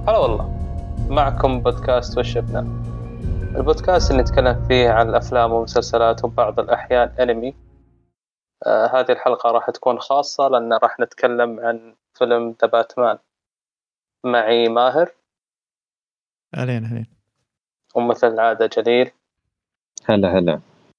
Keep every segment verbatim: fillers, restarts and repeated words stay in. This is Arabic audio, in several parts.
هلا والله، معكم بودكاست وش شفنا، البودكاست اللي نتكلم فيه عن الأفلام ومسلسلات وبعض الأحيان أنمي. آه هذه الحلقة راح تكون خاصة لأن راح نتكلم عن فيلم ذا باتمان. معي ماهر. أهلين أهلين. ومثل العادة جليل. هلا هلا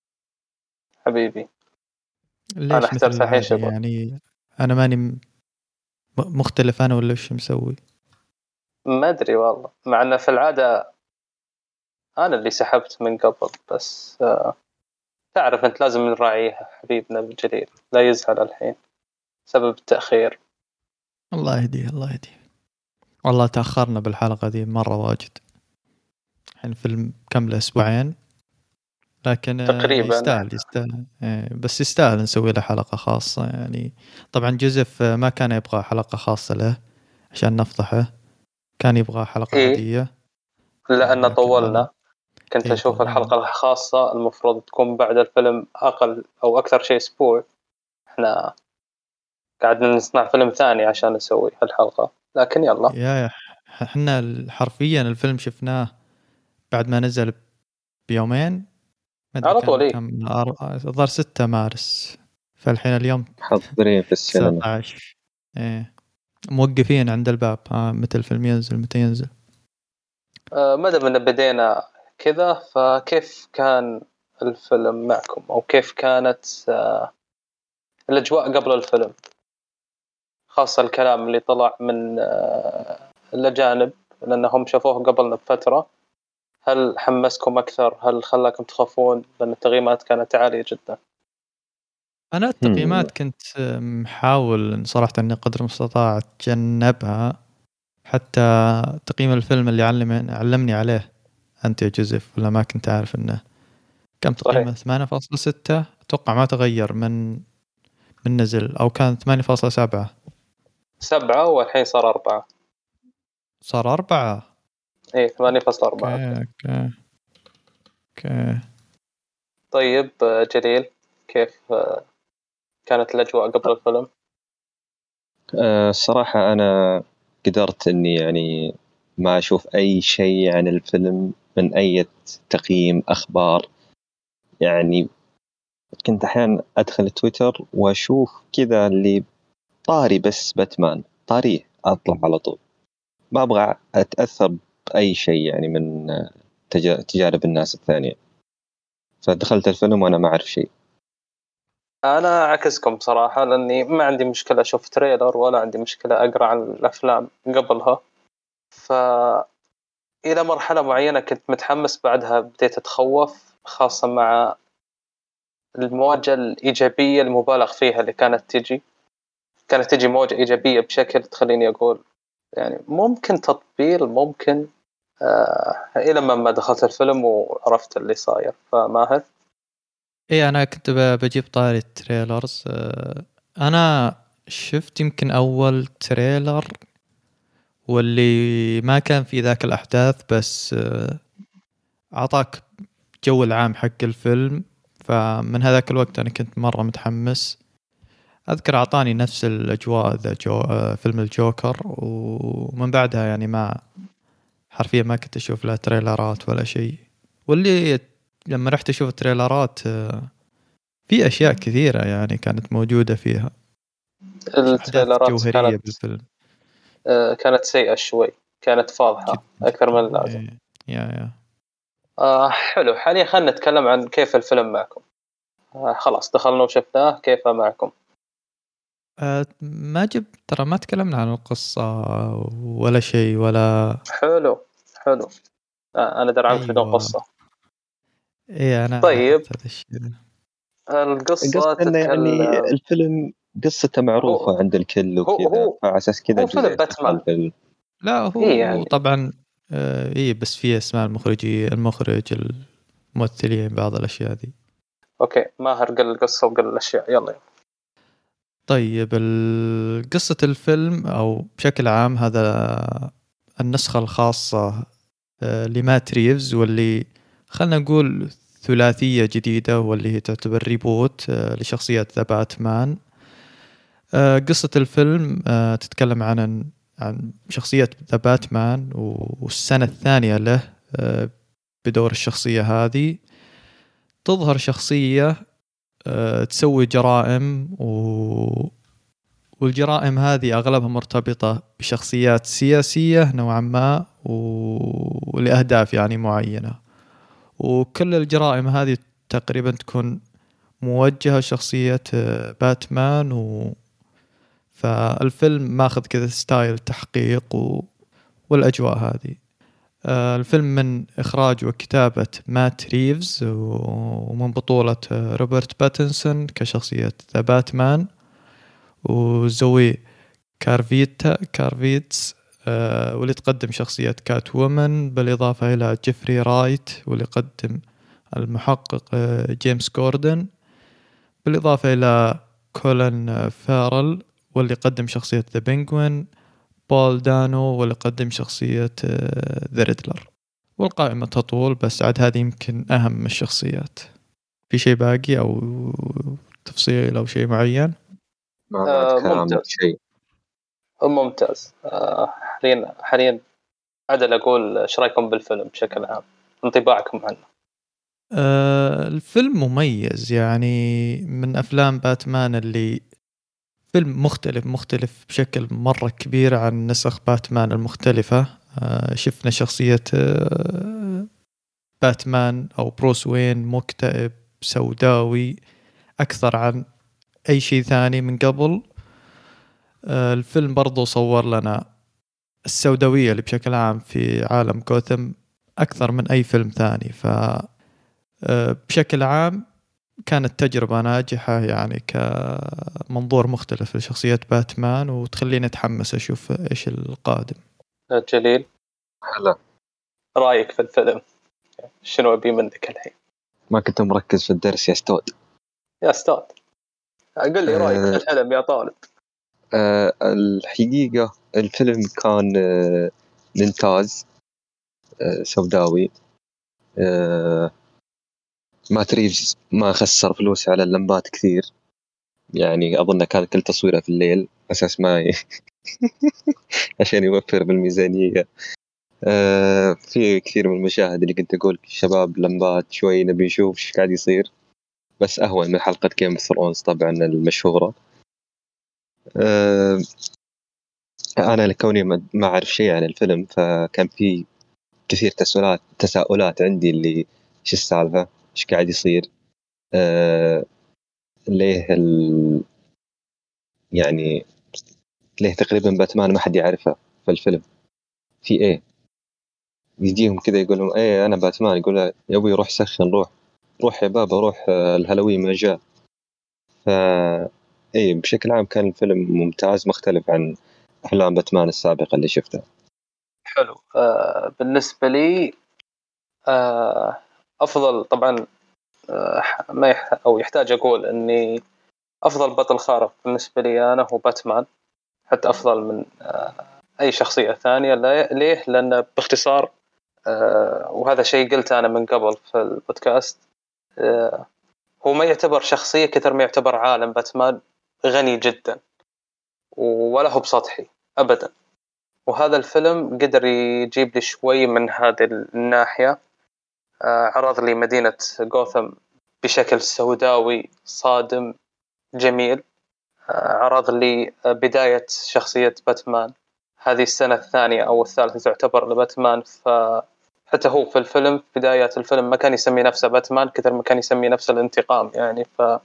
حبيبي. ليش أنا مثل احترت الحين العادة شغل. يعني أنا ماني م- مختلف أنا ولا وش مسوي؟ ما أدري والله، مع أن في العادة أنا اللي سحبت من قبل، بس آه تعرف أنت لازم نراعيها حبيبنا الجليل، لا يزعل الحين سبب التأخير. الله يهديه الله يهديه. والله تأخرنا بالحلقة دي مرة واجد، الحين فيلم كمله أسبوعين، لكن آه، تقريبا يستاهل يستاهل آه، بس يستاهل نسوي له حلقة خاصة يعني. طبعا جوزيف آه، ما كان يبغى حلقة خاصة له عشان نفضحه، كان يبغى حلقة إيه، عادية. لأن لكن أنا طولنا. كنت إيه أشوف طولنا. الحلقة الخاصة المفروض تكون بعد الفيلم أقل أو أكثر شيء أسبوع. إحنا قاعدين نصنع فيلم ثاني عشان نسوي هالحلقة، لكن يلا. يا يا احنا حرفيا الفيلم شفناه بعد ما نزل بيومين، ما أدري على كان طول إيه. كم الظاهر ستة مارس، فالحين اليوم حاضرين في تسعة السينما. عشر. إيه موقفين عند الباب، ها متى الفيلم ينزل متى ينزل. آه ما دام إن بدينا كذا، فكيف كان الفيلم معكم، أو كيف كانت آه الأجواء قبل الفيلم، خاصة الكلام اللي طلع من آه الأجانب لأنهم شافوه قبلنا بفترة. هل حمسكم أكثر؟ هل خلاكم تخافون؟ لأن التقييمات كانت عالية جدا. أنا التقييمات كنت محاول صراحة أني قدر المستطاع أتجنبها، حتى تقييم الفيلم اللي علم علمني عليه أنت يا جوزيف، ولا ما كنت عارف أنه كم تقييمه؟ ثمانية فاصلة ستة أتوقع، ما تغير من من نزل، أو كان ثمانية فاصلة سبعة سبعة والحين صار أربعة. صار أربعة. إيه ثمانية فاصلة أربعة. أوكي أوكي أوكي. طيب آه، جليل، كيف آه، كانت الأجواء قبل الفيلم؟ أه الصراحة أنا قدرت إني يعني ما أشوف أي شيء عن الفيلم من أي تقييم أخبار. يعني كنت أحيانا أدخل تويتر وأشوف كذا اللي طاري، بس باتمان طاريه أطلع على طول، ما أبغى أتأثر بأي شيء يعني من تجا- تجارب الناس الثانية. فدخلت الفيلم وأنا ما أعرف شيء. أنا عكسكم صراحة، لأني ما عندي مشكلة أشوف تريلر ولا عندي مشكلة أقرأ عن الأفلام قبلها. فإلى مرحلة معينة كنت متحمس، بعدها بديت أتخوف، خاصة مع المواجهة الإيجابية المبالغ فيها اللي كانت تجي. كانت تجي موجة إيجابية بشكل تخليني أقول يعني ممكن تطبيل، ممكن آه إلى ما ما دخلت الفيلم وعرفت اللي صاير. فماهر. ايه انا كنت ب- بجيب طاري التريلرز. آه، انا شفت يمكن اول تريلر واللي ما كان في ذاك الاحداث، بس آه، اعطاك جو العام حق الفيلم، فمن هذاك الوقت انا كنت مرة متحمس. اذكر اعطاني نفس الاجواء ذا جو آه، فيلم الجوكر، ومن بعدها يعني ما حرفيا ما كنت اشوف لا تريلرات ولا شيء. واللي لما رحت اشوف التريلرات آه، في أشياء كثيرة يعني كانت موجودة فيها، أحداث التريلرات جوهرية كانت بالفيلم. آه كانت سيئة شوي، كانت فاضحة جدا أكثر من جدا اللازم. إيه. يا يا آه حلو، حاليا خلينا نتكلم عن كيف الفيلم معكم. آه خلاص دخلنا وشفناه، كيف معكم؟ أه ما جبت ترى، ما تكلمنا عن القصة ولا شيء ولا. حلو حلو. آه أنا درعمت بدون أيوة قصة. إيه أنا طيب لاحظت هذا الشيء. القصة قصدي إنه يعني تتكلم. الفيلم قصته هو معروفة عند الكل هو وكذا، هو فعلى أساس كذا هو فيلم جزء دخل باتمان. الفيلم. لا إيه هو يعني طبعا آه، إيه بس في أسماء المخرجي المخرج الممثلين بعض الأشياء دي. أوكي، ماهر قل القصة وقل الأشياء، يلا يلا. طيب ال- قصة الفيلم أو بشكل عام هذا النسخة الخاصة آه، لمات ريفز، واللي خلنا نقول ثلاثية جديدة، واللي هي تعتبر ريبوت آه، لشخصية ذا باتمان. آه، قصة الفيلم آه، تتكلم عن عن شخصية ذا باتمان والسنة الثانية له بدور الشخصية هذه. تظهر شخصية تسوي جرائم و... والجرائم هذه أغلبها مرتبطة بشخصيات سياسية نوعا ما و... ولأهداف يعني معينة، وكل الجرائم هذه تقريبا تكون موجهة شخصية باتمان و... فالفيلم ماخذ كذا ستايل تحقيق و... والأجواء هذه. الفيلم من إخراج وكتابة مات ريفز ومن بطولة روبرت باتنسون كشخصية ذا باتمان، وزوي كارفيتا كارفيتس واللي تقدم شخصية كات وومن، بالإضافة إلى جيفري رايت واللي يقدم المحقق جيمس كوردن، بالإضافة إلى كولين فارل واللي يقدم شخصية ذا بينغوين، بول دانو واللي قدم شخصية ذا ريدلر. والقائمة تطول بس عاد هذه يمكن أهم الشخصيات. في شيء باقي أو تفصيل أو شيء معين؟ ما آه كلام ممتاز شيء ممتاز. آه حاليا حاليا عدل أقول إيش رأيكم بالفيلم بشكل عام، انطباعكم عنه؟ آه الفيلم مميز، يعني من أفلام باتمان اللي فيلم مختلف مختلف بشكل مرة كبير عن نسخ باتمان المختلفة. آه شفنا شخصية آه باتمان أو بروس وين مكتئب سوداوي أكثر عن أي شيء ثاني من قبل. آه الفيلم برضو صور لنا السوداوية اللي بشكل عام في عالم غوثم أكثر من أي فيلم ثاني. ف آه بشكل عام كانت تجربة ناجحة يعني كمنظور مختلف لشخصية باتمان، وتخليني أتحمس أشوف إيش القادم. جليل، هلا رأيك في الفيلم شنو أبي منك الحين؟ ما كنت مركز في الدرس يا ستود. يا أستاذ قل لي رأيك في الفيلم يا طالب. أه الحقيقة الفيلم كان أه ممتاز، أه سوداوي. أه مات ريفز ما خسر فلوس على اللمبات كثير، يعني أظن كان كل تصويره في الليل أساس ما ي... عشان يوفر بالميزانية. أه في كثير من المشاهد اللي كنت أقول شباب لمبات شوي نبي نشوف ايش قاعد يصير، بس أهون من حلقة جيم اوف ثرونز طبعا المشهورة. أه أنا لكوني ما أعرف شيء عن الفيلم فكان في كثير تساؤلات تساؤلات عندي، اللي إيش السالفة إيش قاعد يصير، أه ليه ال... يعني ليه تقريبا باتمان ما حد يعرفه في الفيلم، في إيه يجيهم كذا يقولون إيه أنا باتمان، يقول يا أبوي روح سخن، روح روح يا بابا روح الهالوين ما جاء. ف إيه بشكل عام كان الفيلم ممتاز مختلف عن أفلام باتمان السابقة اللي شفتها. حلو. آه بالنسبة لي آه أفضل طبعا آه ما يح أو يحتاج أقول أني أفضل بطل خارق بالنسبة لي أنا هو باتمان، حتى أفضل من آه أي شخصية ثانية. ليه؟ لأن باختصار آه وهذا شيء قلت أنا من قبل في البودكاست، آه هو ما يعتبر شخصية كثر ما يعتبر عالم باتمان غني جدا ولا هو بسطحي أبدا، وهذا الفيلم قدر يجيب لي شوي من هذه الناحية. آه عرض لي مدينة غوثم بشكل سوداوي صادم جميل. آه عرض لي بداية شخصية باتمان هذه السنة الثانية أو الثالثة تعتبر لباتمان، فحتى هو في الفيلم بداية الفيلم ما كان يسمي نفسه باتمان كثر ما كان يسمي نفسه الانتقام يعني،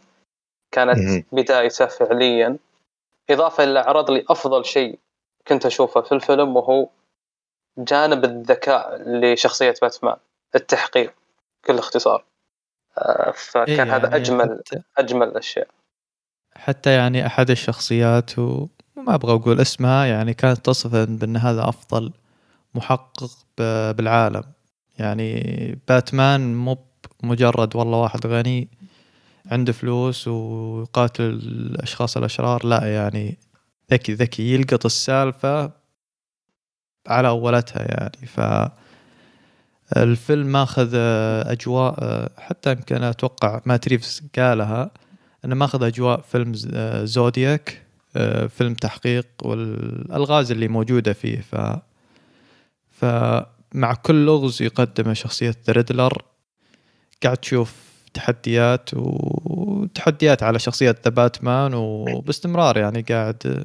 فكانت بدايته فعليا. إضافة إلى عرض لي أفضل شيء كنت أشوفه في الفيلم وهو جانب الذكاء لشخصية باتمان، التحقيق بكل اختصار. آه فكان إيه هذا يعني أجمل حتى أجمل الأشياء. حتى يعني أحد الشخصيات وما أبغى أقول اسمها يعني كانت تصف بأن هذا أفضل محقق بالعالم. يعني باتمان مو مجرد والله واحد غني عنده فلوس ويقاتل الأشخاص الأشرار، لا يعني ذكي ذكي يلقط السالفة على أولتها يعني. فالفيلم ماخذ أجواء، حتى يمكن أتوقع ما تريفز قالها أنه ماخذ أجواء فيلم زودياك فيلم تحقيق والألغاز اللي موجودة فيه. ف فمع كل لغز يقدمه شخصية ذا ريدلر قاعد تشوف تحديات وتحديات على شخصية ذا باتمان، وباستمرار يعني قاعد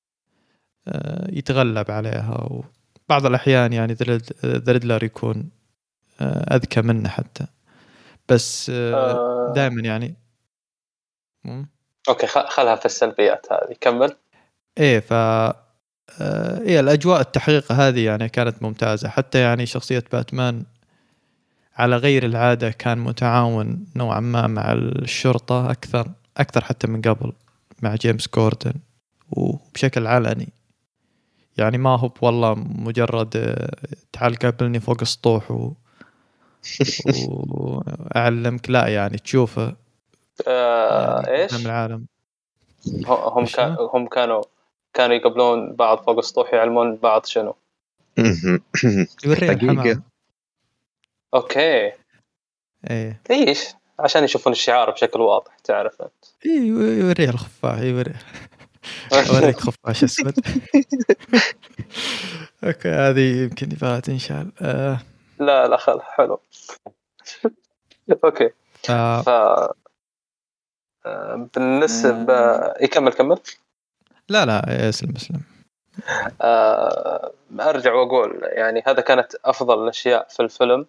يتغلب عليها، وبعض الأحيان يعني ذا ريدلر يكون أذكى منه حتى، بس دائما يعني مم. أوكي خلها في السلبيات هذه، كمل. إيه ف إيه الأجواء التحقيق هذه يعني كانت ممتازة، حتى يعني شخصية باتمان على غير العادة كان متعاون نوعا ما مع الشرطة أكثر أكثر حتى من قبل مع جيمس كوردن، وبشكل علني يعني ما هو والله مجرد تعال قابلني فوق السطوح و... وأعلمك، لا يعني تشوفه آه يعني إيش قدام العالم. هم كان هم كانوا كانوا يقبلون بعض فوق السطوح يعلمون بعض شنو يوريه الحمام. اوكي ايه ليش؟ عشان يشوفون الشعار بشكل واضح، تعرف انت. ايه يوريه الخفاش، يوريه اوريك خفاش اسود. اوكي هذه يمكن يبغى تنشال. آه. لا لا خل حلو. اوكي آه. ف بالنسبه يكمل كمل. لا لا اسلم اسلم. آه ارجع واقول يعني هذا كانت افضل الاشياء في الفيلم.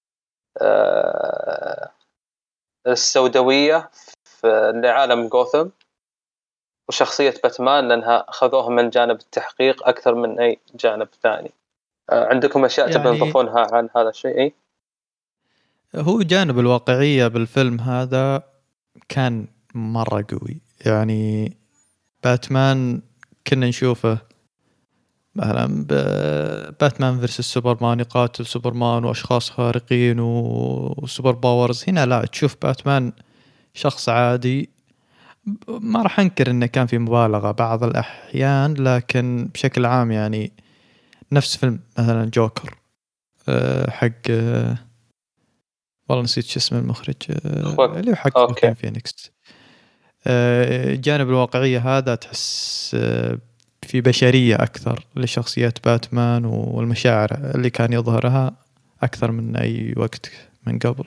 آه السوداويه في عالم غوثم وشخصيه باتمان، لانها اخذوها من جانب التحقيق اكثر من اي جانب ثاني. آه عندكم اشياء يعني تبون تضيفونها عن هذا الشيء؟ هو جانب الواقعيه بالفيلم هذا كان مره قوي. يعني باتمان كنا نشوفه مثلا باتمان فيرسس سوبرمان يقاتل سوبرمان واشخاص خارقين وسوبر باورز. هنا لا، تشوف باتمان شخص عادي. ما راح انكر انه كان في مبالغه بعض الاحيان، لكن بشكل عام يعني نفس فيلم مثلا جوكر حق والله نسيت شو اسم المخرج اللي حق خوكين فينيكس. جانب الواقعيه هذا تحس في بشرية أكثر لشخصية باتمان والمشاعر اللي كان يظهرها أكثر من أي وقت من قبل.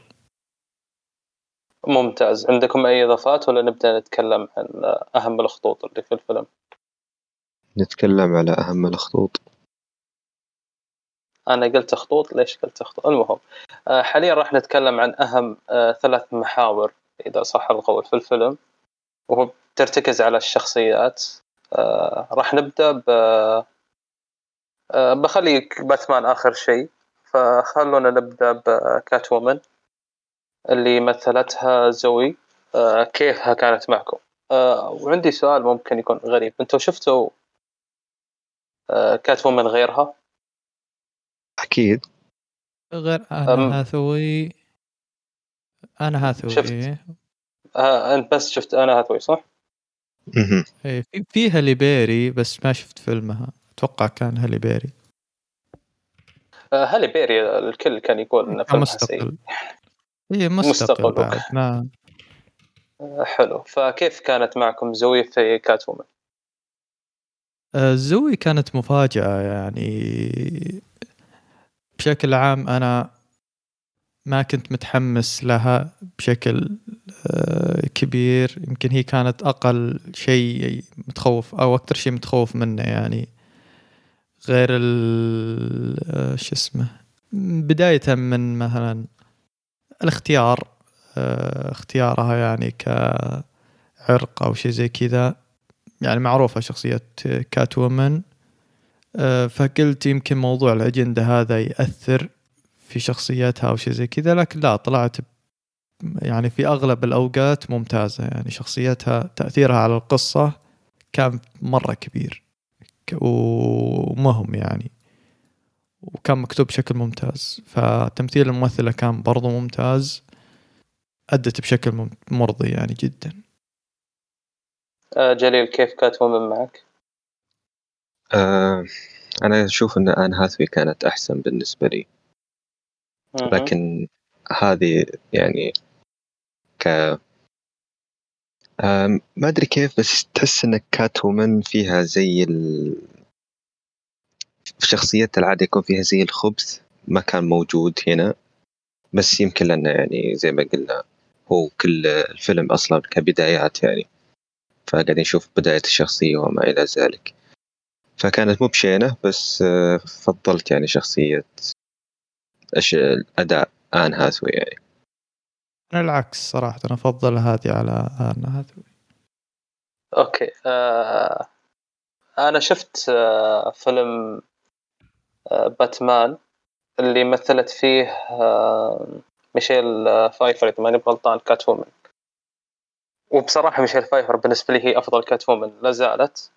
ممتاز. عندكم أي إضافات ولا نبدأ نتكلم عن أهم الخطوط اللي في الفيلم؟ نتكلم على أهم الخطوط. أنا قلت خطوط، ليش قلت خطوط؟ المهم حاليا راح نتكلم عن أهم ثلاث محاور إذا صح القول في الفيلم، وهو ترتكز على الشخصيات. راح نبدأ ب بخلي باتمان آخر شيء، فخلونا نبدأ بكات وومن اللي مثلتها زوي. كيفها كانت معكم؟ وعندي سؤال ممكن يكون غريب، انتوا شفتوا كات وومن غيرها؟ أكيد غير أنا هاثوي. أنا هاثوي شفت إيه؟ آه أنت بس شفت أنا هاثوي صح؟ إيه فيها ليبيري بس ما شفت فيلمها، أتوقع كان هالي بيري. آه هالي بيري الكل كان يقول إن فيلمها سيء. إيه مستقل, مستقل بعد ما آه حلو. فكيف كانت معكم زوي في كات وومن؟ آه زوي كانت مفاجأة يعني. بشكل عام أنا ما كنت متحمس لها بشكل كبير. يمكن هي كانت أقل شيء متخوف أو أكتر شيء متخوف منه يعني، غير ال شو اسمه بداية من مثلا الاختيار اختيارها يعني كعرق أو شيء زي كذا. يعني معروفة شخصية كات وومن، فقلت يمكن موضوع الأجندة هذا يأثر في شخصيتها أو شيء زي كذا، لكن لا، طلعت يعني في أغلب الأوقات ممتازة. يعني شخصيتها تأثيرها على القصة كان مرة كبير ومهم يعني، وكان مكتوب بشكل ممتاز. فتمثيل الممثلة كان برضو ممتاز، أدت بشكل مرضي يعني جدا. جليل كيف كات وومن معك؟ آه أنا أشوف أن آن هاثوي كانت أحسن بالنسبة لي، لكن هذه يعني ك أم، ما أدري كيف، بس تحس إن كات وومن فيها زي ال... في شخصيتها العادة يكون فيها زي الخبث، ما كان موجود هنا. بس يمكن لأنه يعني زي ما قلنا هو كل الفيلم أصلا كبدايات يعني، فقاعدين نشوف بداية الشخصية وما إلى ذلك. فكانت مو بشينة، بس آه، فضلت يعني شخصية أش... الأداء آن هاثوي يعني. أنا العكس صراحة، أنا أفضل هذه على آن هاثوي. اوكي. آه انا شفت آه فيلم آه باتمان اللي مثلت فيه آه ميشيل آه فايفر اذا ماني غلطان كات وومن. وبصراحه ميشيل فايفر بالنسبه لي هي افضل كات وومن لا زالت،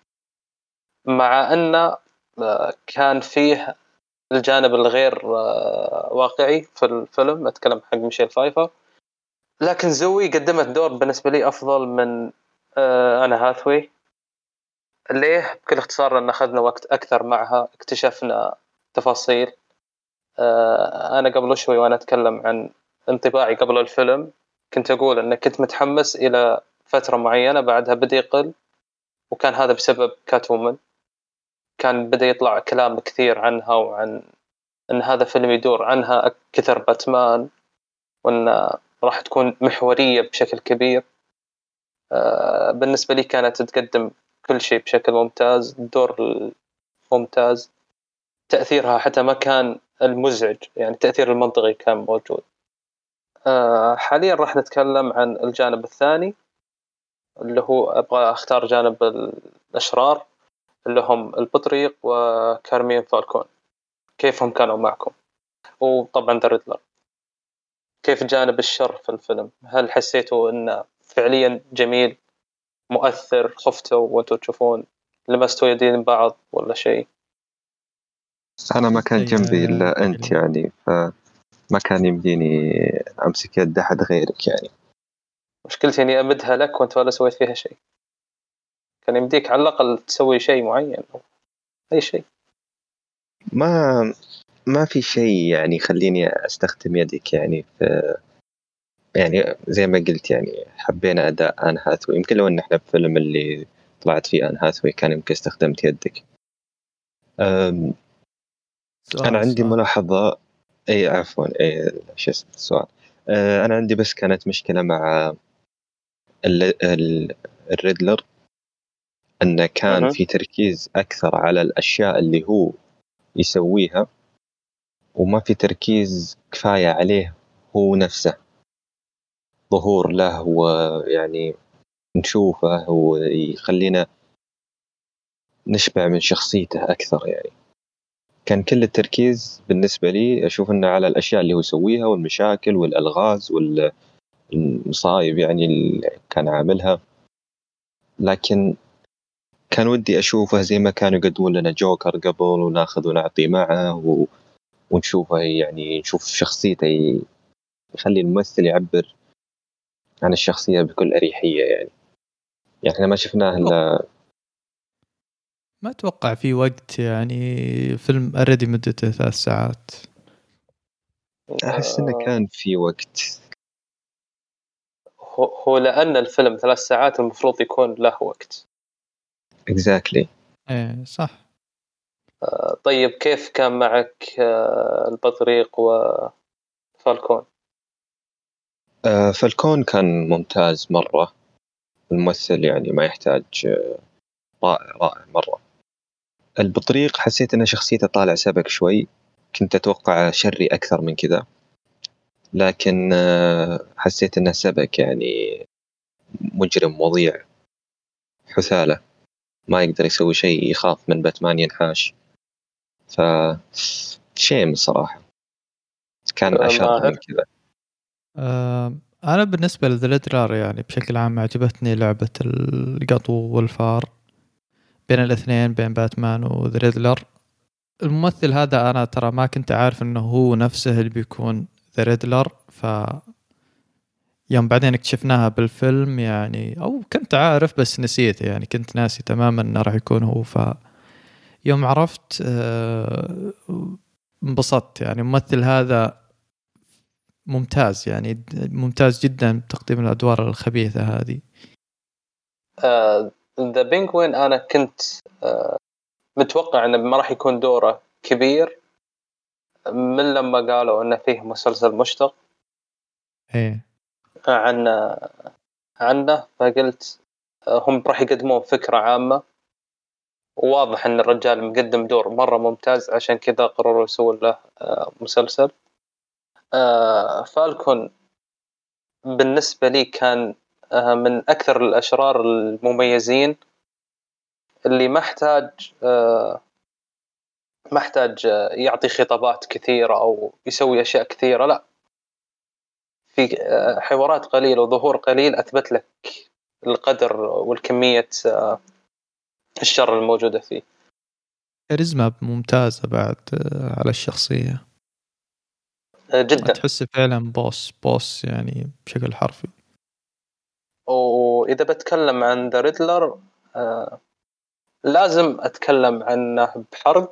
مع ان آه كان فيه الجانب الغير آه واقعي في الفيلم، اتكلم حق ميشيل فايفر، لكن زوي قدمت دور بالنسبه لي افضل من آه انا هاثوي. ليه؟ بكل اختصار ان اخذنا وقت اكثر معها، اكتشفنا تفاصيل. آه انا قبل شوي وانا اتكلم عن انطباعي قبل الفيلم كنت اقول ان كنت متحمس الى فتره معينه، بعدها بدا يقل، وكان هذا بسبب كاتومن. كان بدا يطلع كلام كثير عنها وعن ان هذا فيلم يدور عنها كثر باتمان، وان راح تكون محوريه بشكل كبير. آه بالنسبه لي كانت تقدم كل شيء بشكل ممتاز، الدور ممتاز، تأثيرها حتى ما كان المزعج، يعني التأثير المنطقي كان موجود. آه حاليا راح نتكلم عن الجانب الثاني، اللي هو أبغى أختار جانب الأشرار اللي هم البطريق وكارمين فالكون. كيفهم كانوا معكم؟ وطبعا ذا ريدلر. كيف جانب الشر في الفيلم؟ هل حسيتوا إنه فعليا جميل مؤثر، خفتوا وانتوا تشوفون، لمستوا يدين بعض ولا شيء؟ أنا ما كان جنبي إيه، إلا أنت يعني، فما كان يمديني أمسك يد أحد غيرك يعني. مشكلتي إني أمدها لك وأنت ولا سويت فيها شيء. كان يمديك على الأقل تسوي شيء معين أو أي شيء. ما ما في شيء يعني خليني أستخدم يدك يعني في، يعني زي ما قلت يعني حبينا أداء آن هاثوي. يمكن لو إن إحنا بفيلم اللي طلعت فيه آن هاثوي كان يمكن استخدمت يدك. أم، سؤال أنا عندي سؤال. ملاحظة. أي عفوا، أي شو اسمه السؤال. أه، أنا عندي بس كانت مشكلة مع ال- ال- الريدلر، أنه كان أها. في تركيز أكثر على الأشياء اللي هو يسويها، وما في تركيز كفاية عليه هو نفسه، ظهور له ويعني نشوفه ويخلينا نشبع من شخصيته أكثر. يعني كان كل التركيز بالنسبة لي أشوف أنه على الأشياء اللي هو يسويها والمشاكل والألغاز والمصايب يعني اللي كان عاملها. لكن كان ودي أشوفه زي ما كانوا يقدمون لنا جوكر قبل، وناخذ ونعطي معه و... ونشوفه يعني نشوف شخصيته، يخلي الممثل يعبر عن الشخصية بكل أريحية يعني. يعني احنا ما شفناه إلا ما أتوقع في وقت، يعني فيلم أريدي مدته ثلاث ساعات. أحس إنه كان في وقت. هو هو لأن الفيلم ثلاث ساعات المفروض يكون له وقت. exactly. إيه صح. طيب كيف كان معك آه، البطريق وفالكون؟ آه، فالكون كان ممتاز مرة، الممثل يعني ما يحتاج، آه، رائع رائع مرة. البطريق حسيت أن شخصيته طالع سبك شوي، كنت أتوقع شري أكثر من كذا، لكن آه، حسيت أنه سبك يعني، مجرم وضيع حثالة ما يقدر يسوي شيء، يخاف من باتمان ينحاش. ف شيم الصراحة، كان آه، أشر من ماهر. كذا. آه، أنا بالنسبة لذا يعني بشكل عام عجبتني لعبة القطو والفار بين الاثنين، بين باتمان وذا ريدلر. الممثل هذا أنا ترى ما كنت عارف أنه هو نفسه اللي بيكون ذا ريدلر، ف يوم بعدين اكتشفناها بالفيلم يعني، أو كنت عارف بس نسيت، يعني كنت ناسي تماما أنه راح يكون هو. ف يوم عرفت آه، انبسطت. يعني الممثل هذا ممتاز، يعني ممتاز جدا بتقديم الأدوار الخبيثة هذه. ذا بينغوين انا كنت آه متوقع انه ما راح يكون دوره كبير من لما قالوا انه فيه مسلسل مشتق ايه عن عنه، فقلت آه، هم راح يقدمون فكرة عامة، وواضح ان الرجال مقدم دور مرة ممتاز، عشان كذا قرروا يسوون له آه، مسلسل. آه، فالكون بالنسبة لي كان آه، من أكثر الأشرار المميزين اللي محتاج آه، محتاج آه، يعطي خطابات كثيرة أو يسوي أشياء كثيرة، لا، في آه، حوارات قليلة وظهور قليل أثبت لك القدر والكمية آه، الشر الموجودة فيه. كاريزما ممتازة بعد آه، على الشخصية، آه، جدا. تحس فعلا بوس بوس يعني بشكل حرفي. وإذا بتكلم عن ذا ريدلر آه، لازم أتكلم عنه بحرق،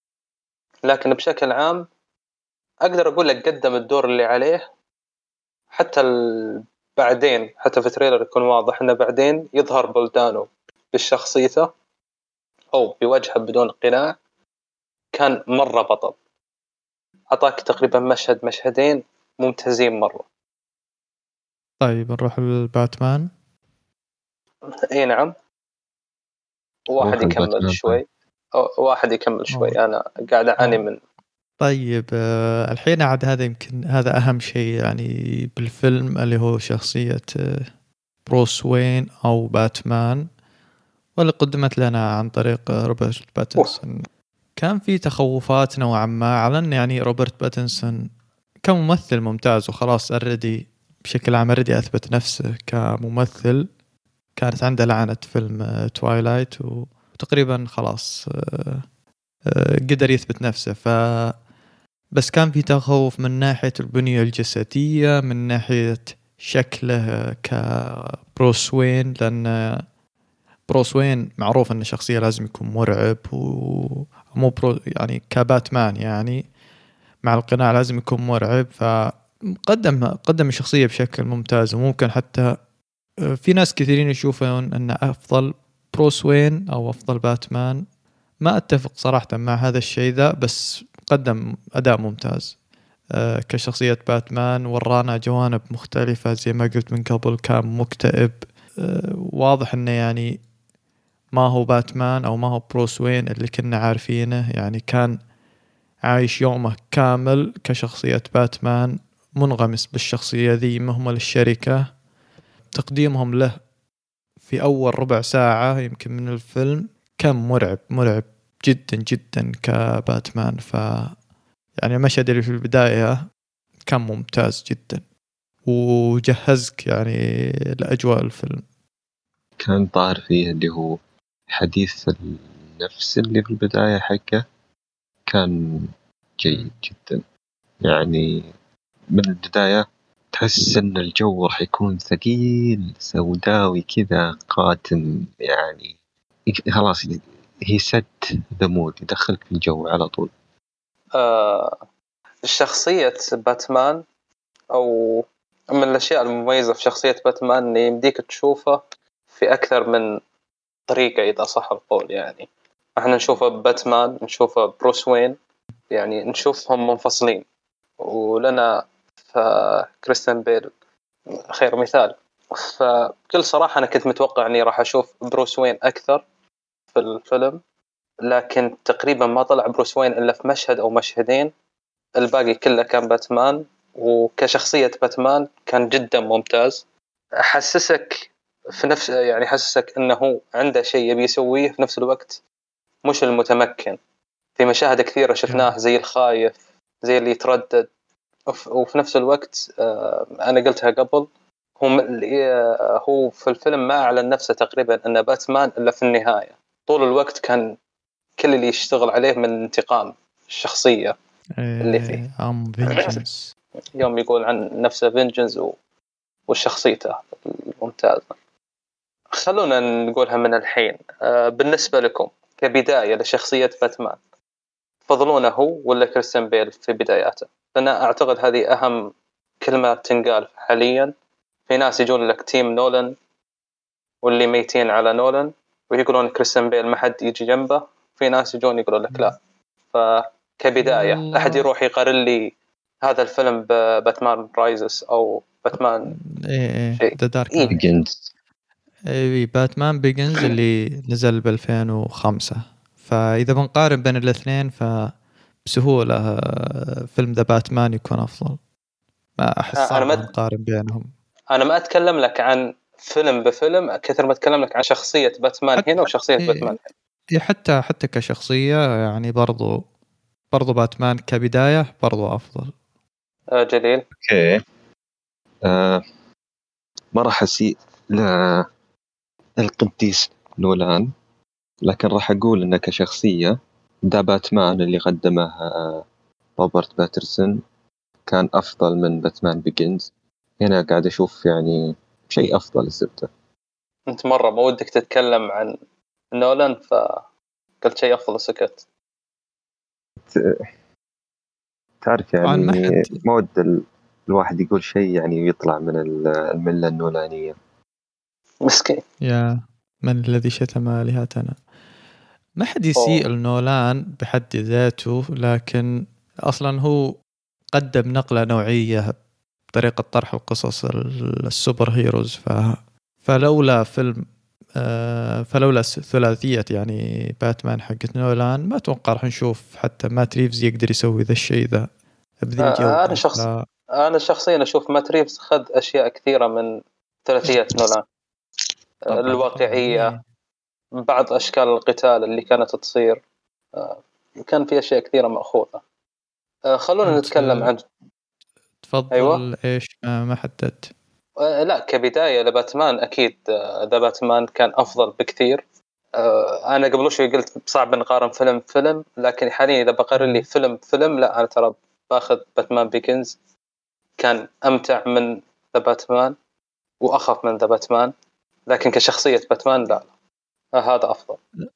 لكن بشكل عام أقدر أقول لك قدم الدور اللي عليه. حتى ال... بعدين حتى في تريلر يكون واضح إنه بعدين يظهر بلدانو بالشخصيته أو بوجهه بدون قناع، كان مرة بطل. أعطاك تقريبا مشهد مشهدين ممتازين مرة. طيب نروح لباتمان. إيه نعم، واحد روح يكمل الباتمان. شوي أو واحد يكمل شوي، أوه. أنا قاعد أعاني أوه. من طيب آه، الحين عاد هذا يمكن هذا أهم شيء يعني بالفيلم، اللي هو شخصية آه، بروس وين أو باتمان، واللي قدمت لنا عن طريق آه، روبرت باتنسون. كان في تخوفات نوعا ما على أن يعني روبرت باتنسون كممثل ممتاز وخلاص أردي بشكل عام أردي أثبت نفسه كممثل، كانت عنده لعنة فيلم توايلايت وتقريبا خلاص آه، آه، قدر يثبت نفسه. ف بس كان في تخوف من ناحية البنية الجسدية، من ناحية شكله كبروس وين، لأن بروس وين معروف أن شخصية لازم يكون مرعب، ومو برو يعني كباتمان يعني مع القناع لازم يكون مرعب. فقدم قدم الشخصية بشكل ممتاز، وممكن حتى في ناس كثيرين يشوفون أن أفضل بروس وين أو أفضل باتمان. ما أتفق صراحة مع هذا الشيء ذا، بس قدم أداء ممتاز أه كشخصية باتمان، ورانا جوانب مختلفة زي ما قلت من قبل، كان مكتئب أه واضح أنه يعني ما هو باتمان أو ما هو بروس وين اللي كنا عارفينه، يعني كان عايش يومه كامل كشخصية باتمان، منغمس بالشخصية ذي، مهمل الشركة. تقديمهم له في أول ربع ساعة يمكن من الفيلم كان مرعب مرعب جدا جدا كباتمان. ف يعني المشهد اللي في البداية كان ممتاز جدا وجهزك يعني لأجواء الفيلم. كان طار فيه اللي هو حديث النفس اللي في البداية حقه، كان جيد جدا. يعني من البداية تحس ان الجو راح يكون ثقيل سوداوي كذا قاتم، يعني خلاص هي ست ذا مود، يدخلك في الجو على طول. آه شخصية باتمان أو من الأشياء المميزة في شخصية باتمان إن يمديك تشوفه في أكثر من طريقة إذا صح القول. يعني إحنا نشوفه باتمان، نشوفه بروس وين، يعني نشوفهم منفصلين، ولنا كريستيان بيل خير مثال. فبكل صراحة أنا كنت متوقع أني راح أشوف بروس وين أكثر في الفيلم، لكن تقريبا ما طلع بروس وين إلا في مشهد أو مشهدين، الباقي كله كان باتمان. وكشخصية باتمان كان جدا ممتاز، حسسك في نفس يعني حسسك أنه عنده شيء يبي يسويه في نفس الوقت، مش المتمكن. في مشاهد كثيرة شفناه زي الخايف، زي اللي يتردد، وفي نفس الوقت أنا قلتها قبل، هو هو في الفيلم ما أعلن نفسه تقريبا أنه باتمان إلا في النهاية. طول الوقت كان كل اللي يشتغل عليه من انتقام الشخصية اللي فيه. ام فينجنس يوم يقول عن نفسه فينجنس والشخصيته الممتازة. خلونا نقولها من الحين. بالنسبة لكم كبداية لشخصية باتمان، تفضلونه هو ولا كريستيان بيل في بداياته؟ لأن أعتقد هذه أهم كلمة تنقال حاليا. في ناس يجون لك تيم نولان واللي ميتين على نولان، ويقولون كريستيان بيل ما حد يجي جنبه، في ناس يجون يقولوا لك لا. فكبداية والله. أحد يروح يقارن لي هذا الفيلم بباتمان رايزس أو باتمان ايه ايه شيء ذا دارك إيه. نايت. بيجنز. اي باتمان بيجنز اللي نزل ب ألفين وخمسة، فاذا بنقارن بين الاثنين فبسهوله آه، فيلم ذا باتمان يكون افضل. ما احس أنا صعب ما نقارن بينهم. أنا ما أتكلم لك عن فيلم بفيلم كثر ما أتكلم لك عن شخصية باتمان حتى هنا وشخصية إيه باتمان هنا. إيه حتى حتى كشخصيه يعني برضو برضو باتمان كبدايه برضو افضل. آه جليل. اوكي. آه ما راح اسيء للقديس نولان، لكن راح اقول انه كشخصيه ذا باتمان اللي قدمه آه، روبرت باترسون كان افضل من باتمان بيجنز. هنا قاعد اشوف يعني شيء افضل الزبده. أنت مرة ما ودك تتكلم عن نولان فقلت شيء أفضل سكت. تعرف طبعا يعني ما حد ما ود ال- الواحد يقول شيء يعني يطلع من ال- المله النولانيه. مسكين. يا من الذي شتم آلهتنا. ما حد يسيء أوه. لنولان بحد ذاته، لكن أصلا هو قدم نقلة نوعية بطريقة طرح القصص ال- السوبر هيروز. ف... فلولا فيلم آه، فلولا س- ثلاثية يعني باتمان حقت نولان ما أتوقع راح نشوف حتى مات ريفز يقدر يسوي ذا الشيء ذا بذي آه، أنا الجودة. شخص ف... أنا شخصيا أشوف مات ريفز خذ أشياء كثيرة من ثلاثية نولان. آه، طبعا طبعا الواقعية، إيه. بعض أشكال القتال اللي كانت تصير، آه، كان في أشياء كثيرة مأخوذة. آه، خلونا أنت نتكلم عن. أيوة. تفضل إيش ما ما حددت. آه، لا كبداية لباتمان أكيد ذا باتمان كان أفضل بكثير. آه، أنا قبل شوي قلت صعب نقارن فيلم فيلم، لكن حاليا إذا بقارن لي فيلم فيلم لا أنا ترى باخذ باتمان بيجنز. كان أمتع من ذا باتمان وأخف من ذا باتمان، لكن كشخصية باتمان لا, لا. آه، هذا أفضل.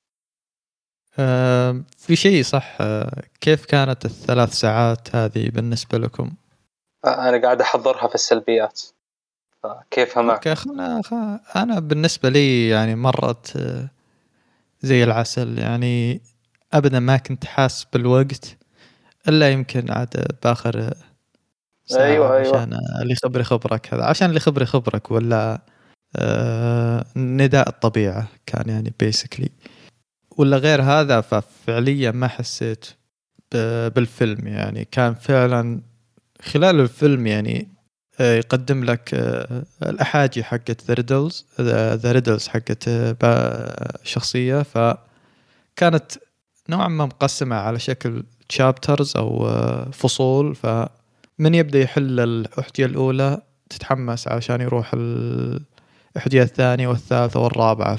آه، في شيء صح. آه، كيف كانت الثلاث ساعات هذه بالنسبة لكم؟ آه، أنا قاعد أحضرها في السلبيات، كيفها أوكي معكم؟ خلنا خ- أنا بالنسبة لي يعني مرت آه، زي العسل يعني. أبدا ما كنت حاس بالوقت إلا يمكن عاد بآخر ساعة، أيوة أيوة. عشان اللي خبري خبرك هذا، عشان اللي خبري خبرك ولا آه، نداء الطبيعة كان يعني basically. ولا غير هذا ففعليا ما حسيت ب- بالفيلم. يعني كان فعلا خلال الفيلم يعني آه، يقدم لك آه، الأحاجي حقت ذا ريدلز ذا ريدلز حقت آه، با- شخصية، فكانت نوعا ما مقسمة على شكل تشابترز أو آه، فصول. فمن يبدأ يحل الأحجية الأولى تتحمس عشان يروح الأحجية الثانية والثالثة والرابعة.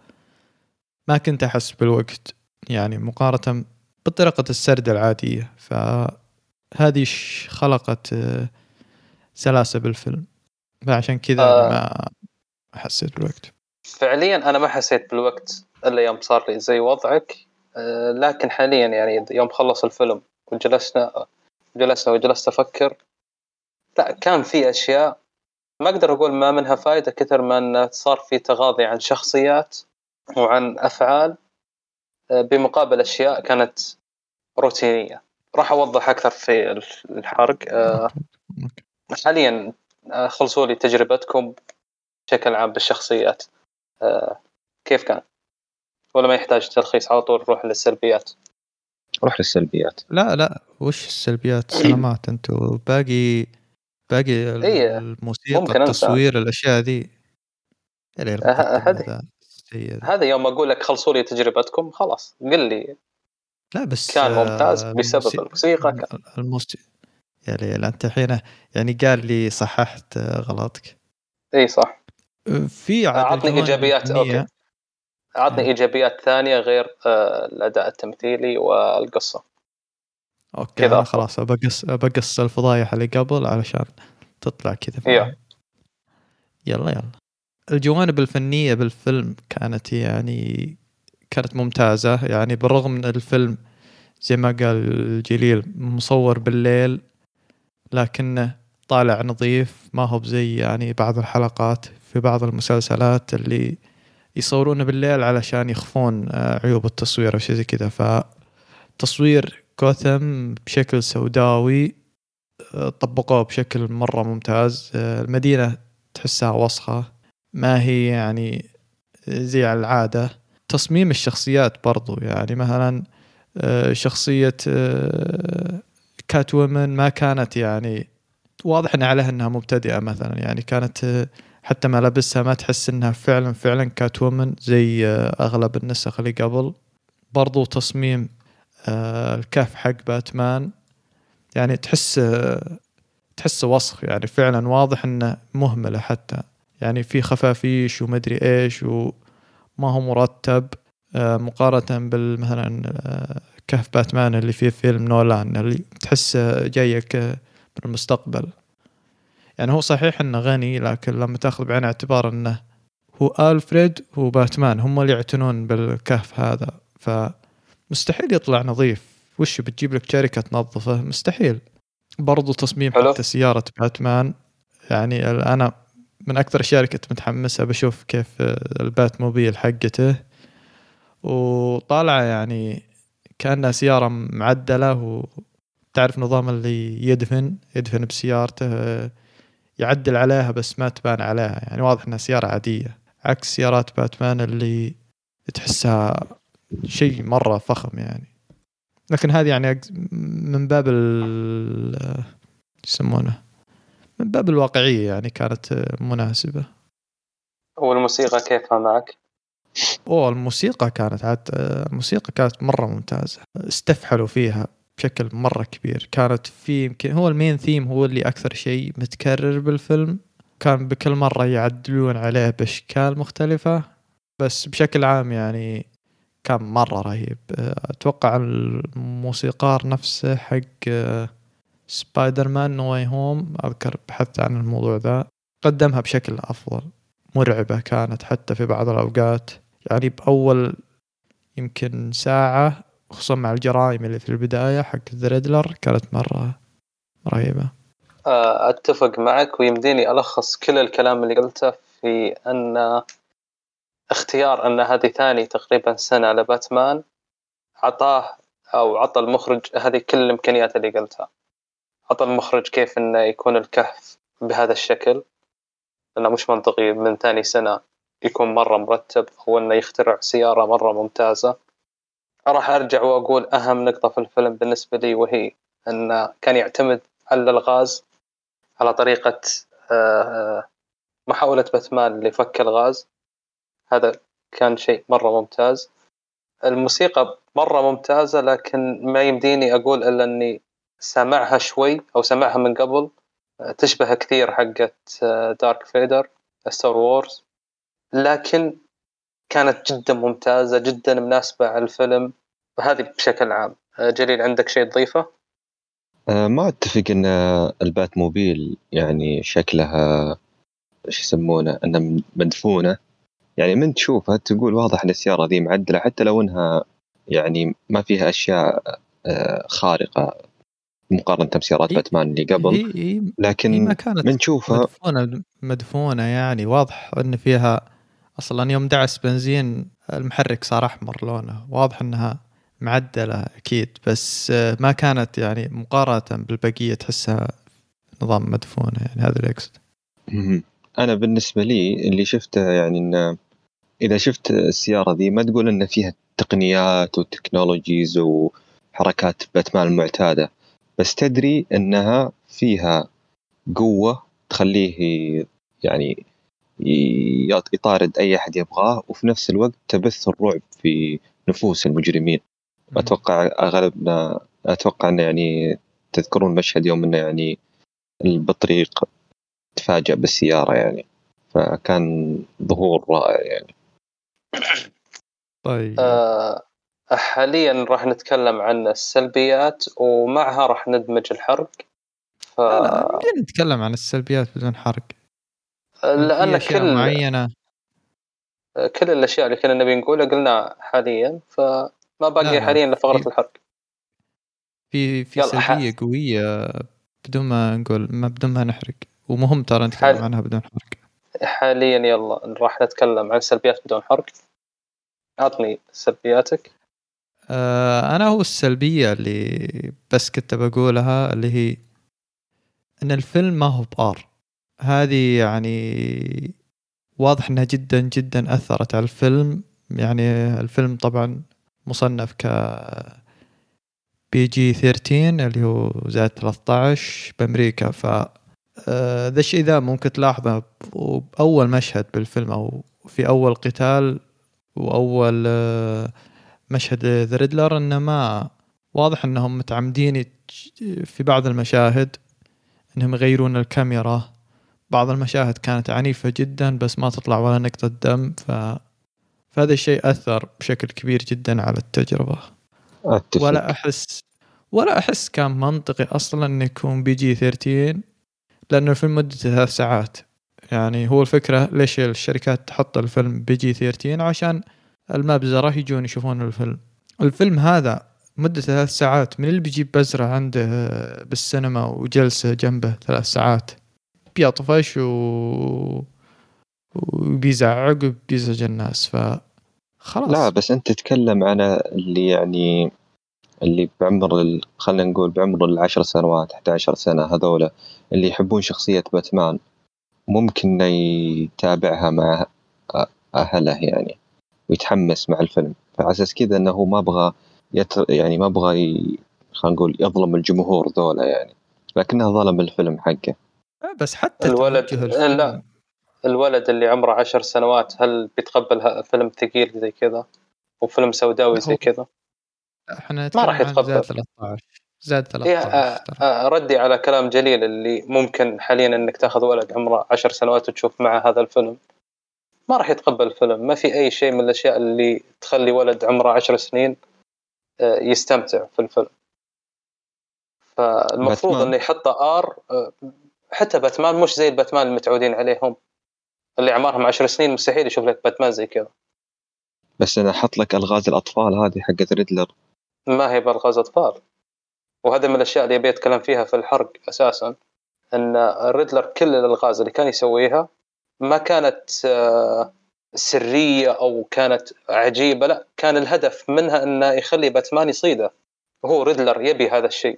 فما كنت أحس بالوقت يعني مقارنة بطريقة السرد العادية. فهذه ش- خلقت آه، سلاسة بالفيلم، فعشان كذا يعني آه، ما حسيت بالوقت. فعليا أنا ما حسيت بالوقت إلا يوم صار لي زي وضعك. آه، لكن حاليا يعني يوم خلص الفيلم وجلسنا جلسنا وجلست أفكر، لا كان في أشياء ما أقدر أقول ما منها فائدة كثر ما أن صار في تغاضي عن شخصيات وعن أفعال، آه، بمقابل أشياء كانت روتينية. راح أوضح أكثر في الحرق. آه، أوكي. أوكي. حاليا آه، خلصوا لي تجربتكم بشكل عام بالشخصيات. آه، كيف كان؟ ولا ما يحتاج تلخيص على طول نروح للسلبيات؟ روح للسلبيات. لا لا وش السلبيات؟ سلامات انتوا باقي باقي إيه الموسيقى ممكن أنسى. التصوير الأشياء ذي اللي آه، المقدمة هذه ذا السيء ذا. هذا يوم أقول لك خلصوا لي تجربتكم خلاص قل لي لا بس كان ممتاز آه، بسبب الموسيقى الموسيقى كان. الموسيقى يا ليل أنت حين يعني قال لي صححت آه، غلطك. إيه صح. آه، في عاد أعطني الجوانب إيجابيات. أوكي الفنية. أعطني إيه. إيجابيات ثانية غير آه، الأداء التمثيلي والقصة. أوكي كذا أنا أفضل. خلاص بقص بقص الفضايح اللي قبل علشان تطلع كذا فاهم. إيه. يلا يلا. الجوانب الفنية بالفيلم كانت يعني كانت ممتازة يعني، بالرغم من الفيلم زي ما قال جليل مصور بالليل، لكنه طالع نظيف ما هو بزي يعني بعض الحلقات في بعض المسلسلات اللي يصورونه بالليل علشان يخفون عيوب التصوير أو شيء زي كذا. فتصوير غوثم بشكل سوداوي طبقوه بشكل مرة ممتاز. المدينة تحسها وسخة، ما هي يعني زي على العادة. تصميم الشخصيات برضو، يعني مثلا شخصية كات وومن ما كانت يعني واضح إن عليها إنها مبتدئة مثلا، يعني كانت حتى ما لبسها ما تحس إنها فعلا فعلا كات وومن زي أغلب النسخ اللي قبل. برضو تصميم الكهف حق باتمان يعني تحس تحس وسخ، يعني فعلا واضح إنه مهملة، حتى يعني في خفافيش ومدري إيش وما هو مرتب مقارنة بالمثلا كهف باتمان اللي فيه فيلم نولان اللي تحس جايك من المستقبل. يعني هو صحيح إنه غني، لكن لما تأخذ بعين اعتبار إنه هو ألفريد هو باتمان هم اللي يعتنون بالكهف هذا، فمستحيل يطلع نظيف. وش بتجيب لك شركة تنظفه؟ مستحيل. برضو تصميم حلو. حتى سيارة باتمان، يعني أنا من أكثر الأشياء كنت متحمسة بشوف كيف البات موبيل حقته، وطالعة يعني كأنها سيارة معدلة، وتعرف نظام اللي يدفن يدفن بسيارته يعدل عليها بس ما تبان عليها، يعني واضح أنها سيارة عادية عكس سيارات باتمان اللي تحسها شيء مرة فخم يعني. لكن هذه يعني من باب ال يسمونه من باب الواقعية، يعني كانت مناسبة. والموسيقى كيفها معك؟ أوه الموسيقى كانت عاد الموسيقى كانت مرة ممتازة، استفحلوا فيها بشكل مرة كبير. كانت في يمكن هو المين ثيم هو اللي أكثر شيء متكرر بالفيلم، كان بكل مرة يعدلون عليه بأشكال مختلفة، بس بشكل عام يعني كان مرة رهيب. أتوقع الموسيقار نفسه حق سبايدر مان نو واي هوم، أذكر بحثت عن الموضوع ذا، قدمها بشكل أفضل. مرعبة كانت حتى في بعض الأوقات، يعني بأول يمكن ساعة خصوصا مع الجرائم اللي في البداية حق الريدلر كانت مرة رهيبة. أتفق معك، ويمديني ألخص كل الكلام اللي قلته في أن اختيار أن هذه ثاني تقريبا سنة لباتمان عطاه أو عطى المخرج هذه كل الإمكانيات اللي قلتها. عطى المخرج كيف أنه يكون الكهف بهذا الشكل، لأنه مش منطقي من ثاني سنة يكون مرة مرتب، أو أنه يخترع سيارة مرة ممتازة. راح أرجع وأقول أهم نقطة في الفيلم بالنسبة لي، وهي أنه كان يعتمد على الغاز، على طريقة محاولة باتمان لفك الغاز. هذا كان شيء مرة ممتاز. الموسيقى مرة ممتازة، لكن ما يمديني أقول إلا أني سمعها شوي أو سمعها من قبل، تشبه كثير حقت دارك فيدر ستار وورز، لكن كانت جدا ممتازة جدا مناسبة على الفيلم. وهذه بشكل عام. جليل عندك شيء تضيفه؟ أه ما أتفق أن البات موبيل يعني شكلها إيش يسمونه أنها مدفونة، يعني من تشوفها تقول واضح أن السيارة ذي معدلة حتى لو أنها يعني ما فيها أشياء أه خارقة مقارنة بسيارات باتمان اللي قبل. هي لكن هي ما كانت من تشوفها مدفونة مدفونة يعني واضح أن فيها أصلا يوم دعس بنزين المحرك صار أحمر لونه، واضح أنها معدلة أكيد، بس ما كانت يعني مقارنة بالبقية تحسها نظام مدفونة، يعني هذا اللي أقصد. أنا بالنسبة لي اللي شفته يعني إن إذا شفت السيارة ذي ما تقول إن فيها تقنيات وتكنولوجيز وحركات باتمان المعتادة، بس تدري إنها فيها قوة تخليه يعني يطارد أي أحد يبغاه، وفي نفس الوقت تبث الرعب في نفوس المجرمين. أتوقع أغلبنا أتوقع أن يعني تذكرون مشهد يوم أنه يعني بالطريق تفاجأ بالسيارة، يعني فكان ظهور رائع يعني. طيب آه حاليا راح نتكلم عن السلبيات ومعها راح ندمج الحرق. ف... لا لا يمكن نتكلم عن السلبيات بدون حرق، لأن في أشياء كل معينة كل الأشياء اللي كنا نبي نقولها قلنا حاليا، فما باقي لا لا حاليا لفقرة في الحرق. في في يلا ح... سلبية قوية بدون ما نقول ما بدون ما نحرق، ومهم ترى نتكلم حال... عنها بدون حرق. حاليا يلا راح نتكلم عن سلبيات بدون حرق. أعطني سلبياتك. آه انا هو السلبيه اللي بس كنت بقولها اللي هي ان الفيلم ما هو بآر. هذه يعني واضح انها جدا جدا اثرت على الفيلم. يعني الفيلم طبعا مصنف ك بي جي ثلاثة عشر اللي هو زائد ثلاثة عشر بامريكا. ف آه، ذا الشيء ذا ممكن تلاحظه بأول مشهد بالفيلم أو في أول قتال وأول آه، مشهد ذا ريدلر، إنه ما واضح إنهم متعمدين يت- في بعض المشاهد إنهم يغيرون الكاميرا. بعض المشاهد كانت عنيفة جدا بس ما تطلع ولا نقطة دم. ف... فهذا الشيء أثر بشكل كبير جدا على التجربة. اتفق. ولا أحس ولا أحس كان منطقي أصلا إنه يكون بي جي ثلاثة عشر، لأنه الفيلم مدته ثلاث ساعات. يعني هو الفكرة ليش الشركات تحط الفيلم بي جي ثلاثة عشر؟ عشان المبزرة يجون يشوفون الفيلم. الفيلم هذا مدة ثلاث ساعات، من اللي بيجيب بزرة عنده بالسينما وجلسة جنبه ثلاث ساعات بيطفش و... وبيزعق وبيزعج الناس. فخلاص. لا بس انت تتكلم عن اللي يعني اللي بعمر ال... خلينا نقول بعمر العشر سنوات أحد عشر سنة، هذولا اللي يحبون شخصية باتمان ممكن يتابعها مع أهله يعني ويتحمس مع الفيلم. فعساس كذا أنه ما بغى يت... يعني ما بغى ي... خلينا نقول يظلم الجمهور ذولا يعني، لكنه ظلم الفيلم حقه. بس حتى الولد توجه لا، الفيلم. الولد اللي عمره عشر سنوات هل بيتقبل ه- فيلم ثقيل زي كذا وفيلم سوداوي زي هو كذا؟ احنا ما راح نتكلم عن زائد يتقبل. ثلاثة عشر. زائد إيه، ثلاثة عشر آه، ترى. آه، ردي على كلام جليل اللي ممكن حاليا انك تاخذ ولد عمره عشر سنوات وتشوف معه هذا الفيلم، ما راح يتقبل الفيلم. ما في اي شيء من الاشياء اللي تخلي ولد عمره عشر سنين آه، يستمتع في الفيلم. فالمفروض باتمان انه يحط ار. آه، حتى باتمان مش زي الباتمان المتعودين عليهم اللي عمرهم عشر سنين، مستحيل يشوف لك باتمان زي كذا. بس أنا أحط لك ألغاز الأطفال هذه حقت ريدلر. ما هي بالغاز اطفال، وهذا من الاشياء اللي ابي اتكلم فيها في الحرق اساسا. ان الريدلر كل الالغاز اللي كان يسويها ما كانت آه، سرية أو كانت عجيبة، لا، كان الهدف منها أنه يخلي باتمان يصيده. هو ريدلر يبي هذا الشيء.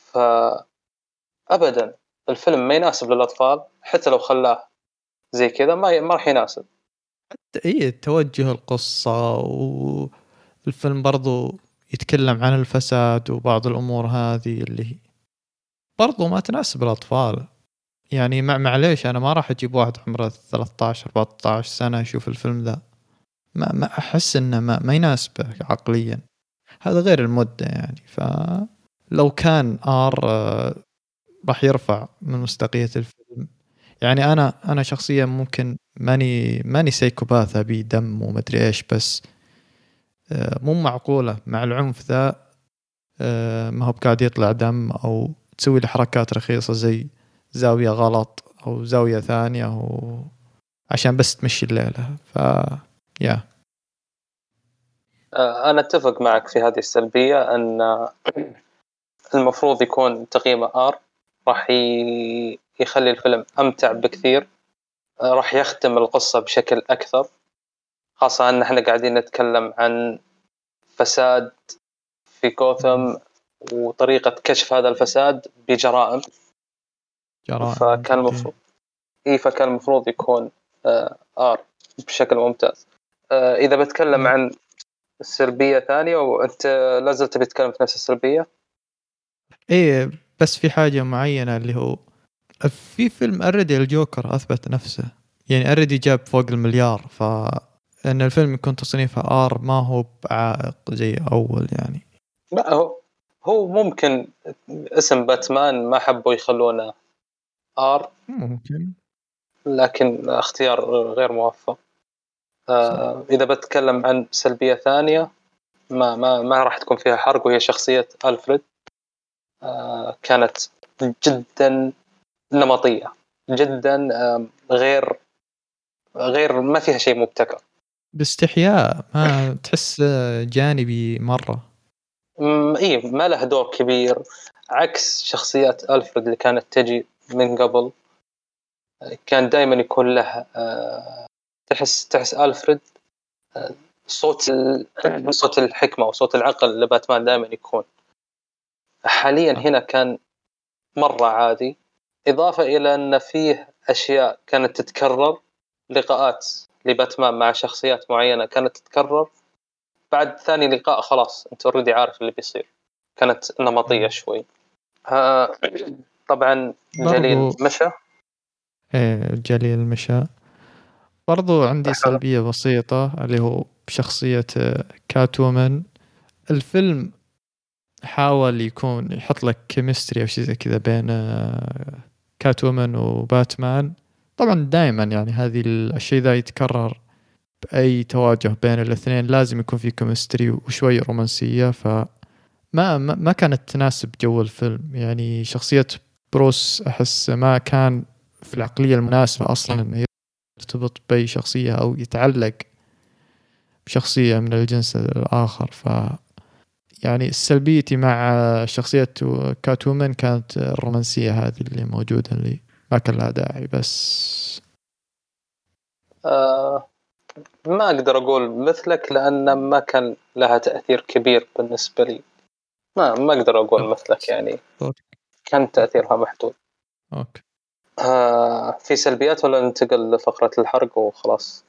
فأبدا الفيلم ما يناسب للأطفال، حتى لو خلاه زي كذا ما ما راح يناسب. اي توجه القصة، والفيلم برضو يتكلم عن الفساد وبعض الأمور هذه اللي هي برضو ما تناسب الأطفال. يعني مع معليش أنا ما راح أجيب واحد عمره ثلاثة عشر أربعة عشر سنة يشوف الفيلم ذا. ما, ما أحس إنه ما, ما يناسبه عقليا. هذا غير المدة يعني. فلو كان آر آه، راح يرفع من مصداقية الفيلم. يعني أنا أنا شخصيا ممكن ماني ماني سايكوباث أبي دم ومدري إيش، بس آه، مو معقولة مع العنف ذا آه، ما هو بقاعد يطلع دم أو تسوي لي حركات رخيصة زي زاوية غلط أو زاوية ثانية أو عشان بس تمشي الليلة. ف يا آه، أنا أتفق معك في هذه السلبية، أن المفروض يكون تقييمه آر. راح ي- يخلي الفيلم أمتع بكثير. آه، راح يختم القصة بشكل أكثر، خاصة أن احنا قاعدين نتكلم عن فساد في كوثم وطريقة كشف هذا الفساد بجرائم. جرائم فكان جدية. المفروض إيه فكان المفروض يكون آه آر بشكل ممتاز. آه إذا بتكلم عن السلبية ثانية وأنت لازلت بتتكلم في نفس السلبية. إيه بس في حاجة معينة اللي هو في فيلم أردي الجوكر أثبت نفسه. يعني أردي جاب فوق المليار، فإن الفيلم يكون تصنيفه آر ما هو بعائق زي أول يعني. لا، هو هو ممكن اسم باتمان ما حبوا يخلونه آر، ممكن. لكن اختيار غير موفق. صح. آه إذا بتكلم عن سلبية ثانية ما ما ما راح تكون فيها حرق، وهي شخصية ألفريد. آه كانت جدا نمطية جدا، آه غير غير ما فيها شيء مبتكر. باستحياء ما تحس جانبي مرة. م- إيه ما له دور كبير، عكس شخصيات ألفريد اللي كانت تجي من قبل. كان دائما يكون له تحس تحس ألفريد صوت صوت الحكمة وصوت العقل لباتمان دائما يكون. حاليا هنا كان مرة عادي، إضافة إلى أن فيه أشياء كانت تتكرر، لقاءات لباتمان مع شخصيات معينة كانت تتكرر، بعد ثاني لقاء خلاص أنت أوريدي عارف اللي بيصير، كانت نمطية شوي. ها طبعا جليل مشى. إيه جليل مشى. برضو عندي سلبية بسيطة اللي هو بشخصية كاتومان. الفيلم حاول يكون يحط لك كيمستري أو شيء زي كذا بين كاتومان وباتمان. طبعا دائما يعني هذه الشيء ذا يتكرر بأي تواجه بين الاثنين، لازم يكون في كيمستري وشوي رومانسية، فما ما, ما كانت تناسب جو الفيلم. يعني شخصية بروس أحس ما كان في العقلية المناسبة أصلا إنه يرتبط بأي شخصية أو يتعلق بشخصية من الجنس الآخر. ف يعني سلبيتي مع شخصية كاتومان كانت الرومانسية هذه اللي موجودة، اللي ما كان لها داعي. بس آه ما أقدر أقول مثلك لأن ما كان لها تأثير كبير بالنسبة لي. ما ما أقدر أقول مثلك، يعني كان تأثيرها محدود. أوكي. آه في سلبيات ولا ننتقل لفقرة الحرق وخلاص؟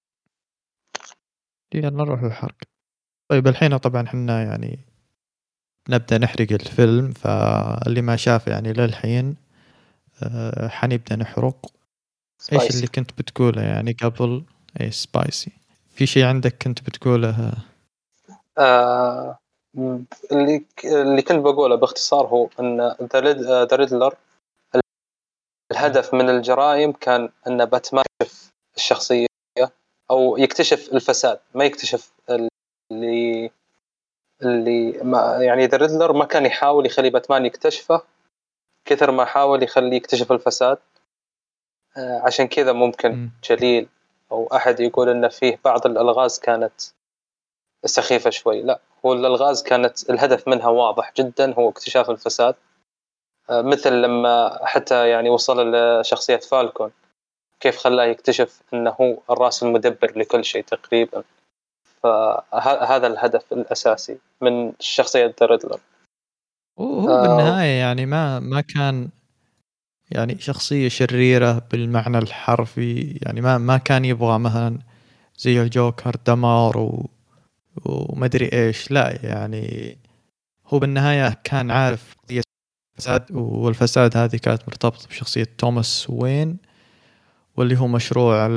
يلا نروح للحرق. طيب الحين طبعا حنا يعني نبدأ نحرق الفيلم، فاللي ما شاف يعني للحين أه حنبدأ نحرق. سبايسي. إيش اللي كنت بتقوله يعني قبل؟ إيه سبايسي، في شيء عندك كنت بتقوله؟ آه اللي اللي كنت بقوله باختصار هو أن ذا ريدلر الهدف من الجرائم كان أن باتمان يكتشف الشخصية أو يكتشف الفساد، ما يكتشف اللي اللي ما يعني ذا ريدلر ما كان يحاول يخلي باتمان يكتشفه كثر ما حاول يخليه يكتشف الفساد. آه عشان كذا ممكن م. جليل أو أحد يقول أن فيه بعض الألغاز كانت سخيفة شوي. لا، هو الألغاز كانت الهدف منها واضح جدا، هو اكتشاف الفساد. آه مثل لما حتى يعني وصل لشخصية فالكون كيف خلاه يكتشف أنه هو الرأس المدبر لكل شيء تقريبا. فهذا الهدف الأساسي من شخصية ذا ريدلر. وهو آه بالنهاية يعني ما ما كان يعني شخصية شريرة بالمعنى الحرفي، يعني ما ما كان يبغى مثلا زي الجوكر دمار و ومدري إيش. لا يعني هو بالنهاية كان عارف قضية الفساد، والفساد هذه كانت مرتبطة بشخصية توماس وين، واللي هو مشروع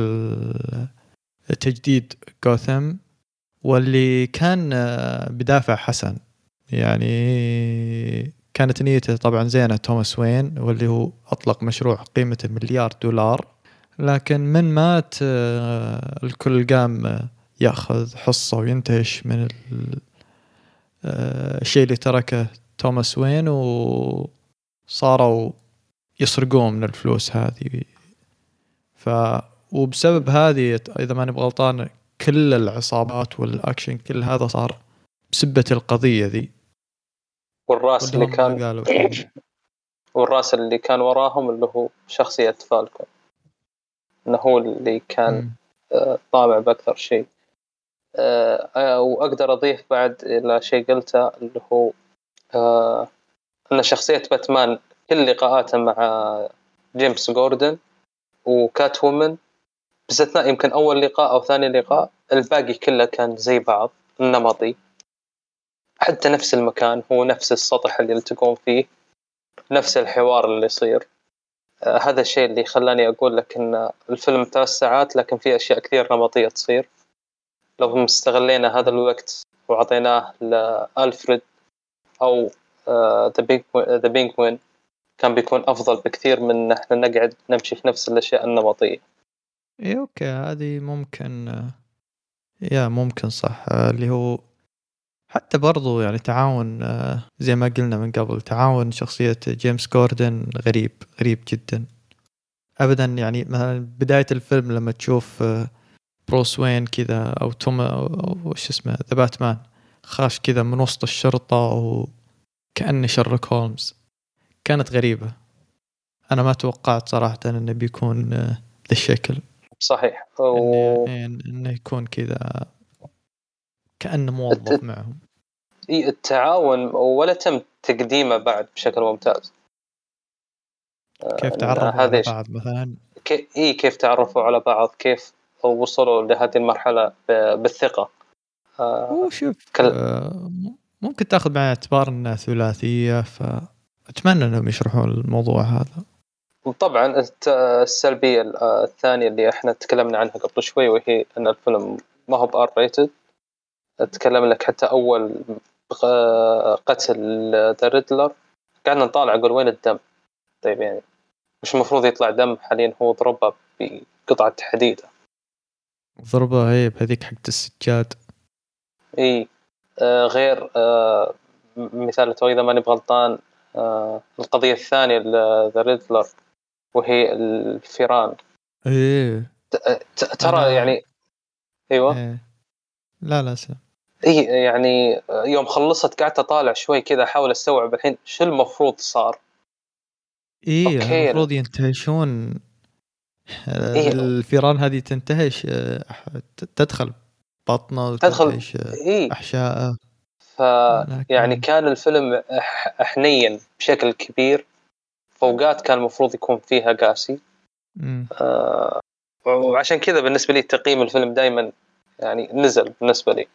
تجديد غوثام، واللي كان بدافع حسن. يعني كانت نيته طبعا زينة توماس وين، واللي هو أطلق مشروع قيمته مليار دولار، لكن من مات الكل قام يأخذ حصة وينتهش من الشيء اللي تركه توماس وين، وصاروا يسرقون من الفلوس هذه. ف وبسبب هذه إذا ما نبغى غلطان كل العصابات والأكشن كل هذا صار بسبة القضية ذي. والراس اللي كان والراس اللي كان وراهم اللي هو شخصية فالكون، إنه هو اللي كان م. طامع بأكثر شيء. وأقدر أضيف بعد إلى شيء قلته اللي هو أن شخصية باتمان كل لقاءاته مع جيمس غوردن وكات وومن باستثناء يمكن أول لقاء أو ثاني لقاء، الباقي كله كان زي بعض النمطي، حتى نفس المكان هو نفس السطح اللي يلتقون فيه، نفس الحوار اللي يصير. آه هذا الشيء اللي خلاني أقول لك إن الفيلم ثلاث ساعات لكن فيه أشياء كثير نمطية تصير. لو استغلينا هذا الوقت وعطيناه لألفريد أو ذا بينغوين كان بيكون أفضل بكثير من إن إحنا نقعد نمشي في نفس الأشياء النمطية. إيه أوكي هذه ممكن، يا ممكن صح. اللي هو حتى برضو يعني تعاون زي ما قلنا من قبل، تعاون شخصية جيمس غوردن غريب غريب جدا أبدا. يعني مثلا بداية الفيلم لما تشوف بروس وين كذا أو توم أو وش اسمه ذا باتمان خاش كذا من وسط الشرطة وكأنه شيرلوك هولمز، كانت غريبة. انا ما توقعت صراحه انه بيكون آه، ذا الشكل، صحيح. انه و... انه يكون كذا كأنه موظف معهم. إيه التعاون ولا تم تقديمه بعد بشكل ممتاز. كيف آه، تعرفوا على هذا بعض مثلا؟ كي... إيه كيف تعرفوا على بعض، كيف وصلوا لهذه المرحلة ب... بالثقة. آه، وشوف كل... آه، ممكن تاخذ بعين الاعتبار انها ثلاثيه، فاتمنى انهم يشرحون الموضوع هذا. طبعا الت- السلبية الثانية اللي احنا تكلمنا عنها قبل شوي، وهي ان الفيلم ما هو بار ريتد. اتكلم لك حتى اول غ- قتل ذا ريدلر قعدنا نطالع اقول وين الدم؟ طيب يعني مش المفروض يطلع دم؟ حاليا هو ضربه بقطعة حديدة. ضربه هي بهذيك حقت السجاد. اي آه غير آه مثال تو اذا ماني بغلطان، آه القضية الثانية لذا ريدلر وهي الفيران. ايه ت- ترى انا يعني ايوه. إيه. لا لا سلام. اي يعني يوم خلصت قعدت اطالع شوي كذا احاول استوعب الحين شو المفروض صار. ايه اوكي. المفروض ينتهشون آه، اي الفيران هذه تنتهش آه، أح- تدخل بطنه تدخل. وتنتهش آه، اي احشائه. ف يعني لكن كان الفيلم أح- حنين بشكل كبير. فوقات كان المفروض يكون فيها قاسي. مم. آه وعشان كذا بالنسبة لي تقييم الفيلم دائما يعني نزل بالنسبة لي.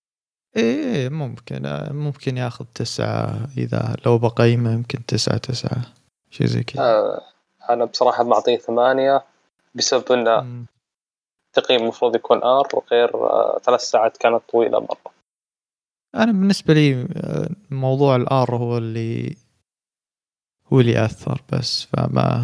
ايه ممكن آه، ممكن ياخذ تسعة، اذا لو بقيمه يمكن تسعة تسعة شيء زي كذا. آه انا بصراحة معطيه ثمانية بسبب ان مم. التقييم المفروض يكون ار، وغير آه ثلاث ساعات كانت طويلة مرة. انا بالنسبه لي آه، موضوع الار هو اللي هو اللي اثر، بس فما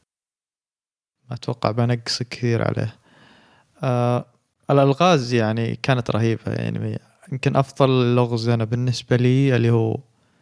ما اتوقع بنقص كثير عليه. آه الالغاز يعني كانت رهيبه، يعني يمكن افضل لغز انا بالنسبه لي اللي هو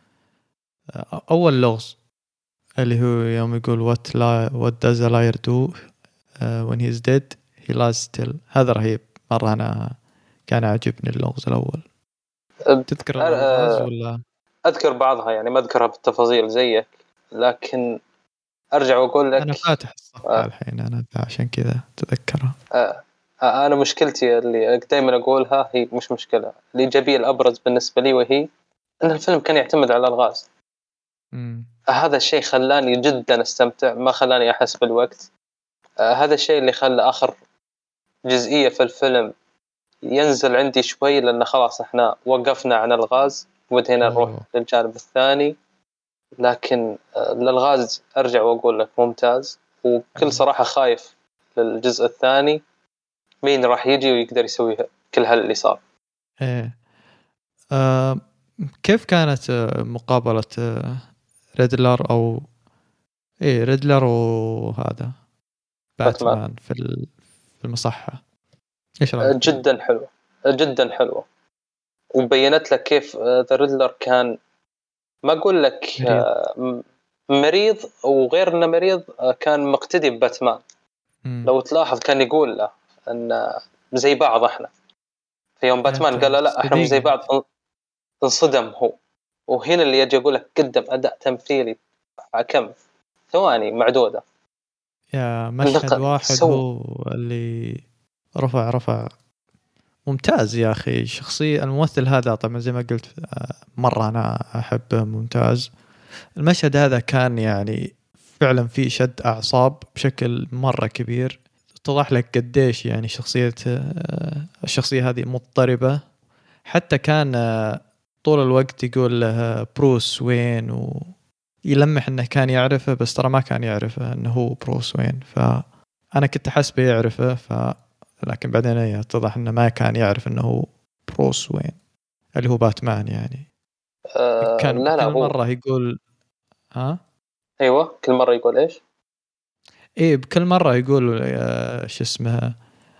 آه اول لغز، اللي هو يوم يقول what lie what does a liar do uh, when he's dead he lies still. هذا رهيب مرة، أنا كان عجبني اللغز الأول. أه، تذكر الألغاز آه، ولا؟ أذكر بعضها يعني ما أذكرها بالتفاصيل زيك، لكن أرجع وأقول أنا لك. فاتح الصفحة آه الحين أنا عشان كذا تذكرها. آه آه أنا مشكلتي اللي دائما أقولها هي مش مشكلة، الإيجابية الأبرز بالنسبة لي وهي أن الفيلم كان يعتمد على الألغاز. مم. آه هذا الشيء خلاني جدا أستمتع، ما خلاني أحس بالوقت. آه هذا الشيء اللي خلى آخر جزئية في الفيلم ينزل عندي شوي، لأن خلاص إحنا وقفنا عن الغاز وبدينا نروح أوه. للجانب الثاني. لكن آه، الألغاز أرجع وأقول لك ممتاز، وكل مم. صراحة خايف للجزء الثاني مين راح يجي ويقدر يسوي كل هاللي صار. إيه. آه كيف كانت آه، مقابلة آه، ريدلر أو إيه ريدلر وهذا باتمان باتمان في ال- في المصحة؟ إيش آه، رأيك فيها؟ جدا حلوة، آه، جدا حلوة. وبينت لك كيف ذا ريدلر كان، ما أقول لك مريض. آه، م- مريض، وغير إنه مريض آه، كان مقتدي بباتمان. مم. لو تلاحظ كان يقول له أن زي بعض إحنا. في يوم باتمان أنت قال له لا إحنا مش زي صديقي. بعض، انصدم هو. وهنا اللي يجي أقول لك قدم أداء تمثيلي كم ثواني معدودة. يا مشهد نق... واحد سو هو اللي رفع رفع ممتاز يا أخي. شخصية الممثل هذا طبعا زي ما قلت آه، مرة أنا أحبه، ممتاز. المشهد هذا كان يعني فعلا فيه شد أعصاب بشكل مرة كبير. اتضح لك قديش يعني شخصية آه، الشخصية هذه مضطربة. حتى كان آه، طول الوقت يقول له بروس وين، ويلمح انه كان يعرفه، بس ترى ما كان يعرفه انه هو بروس وين. فأنا كنت أحسبه يعرفه، ف لكن بعدين يتضح انه ما كان يعرف انه هو بروس وين اللي هو باتمان يعني. آه كان لا لا كل هو مرة يقول ها أيوة كل مرة يقول إيش. ايه بكل مرة يقول آه، شو اسمها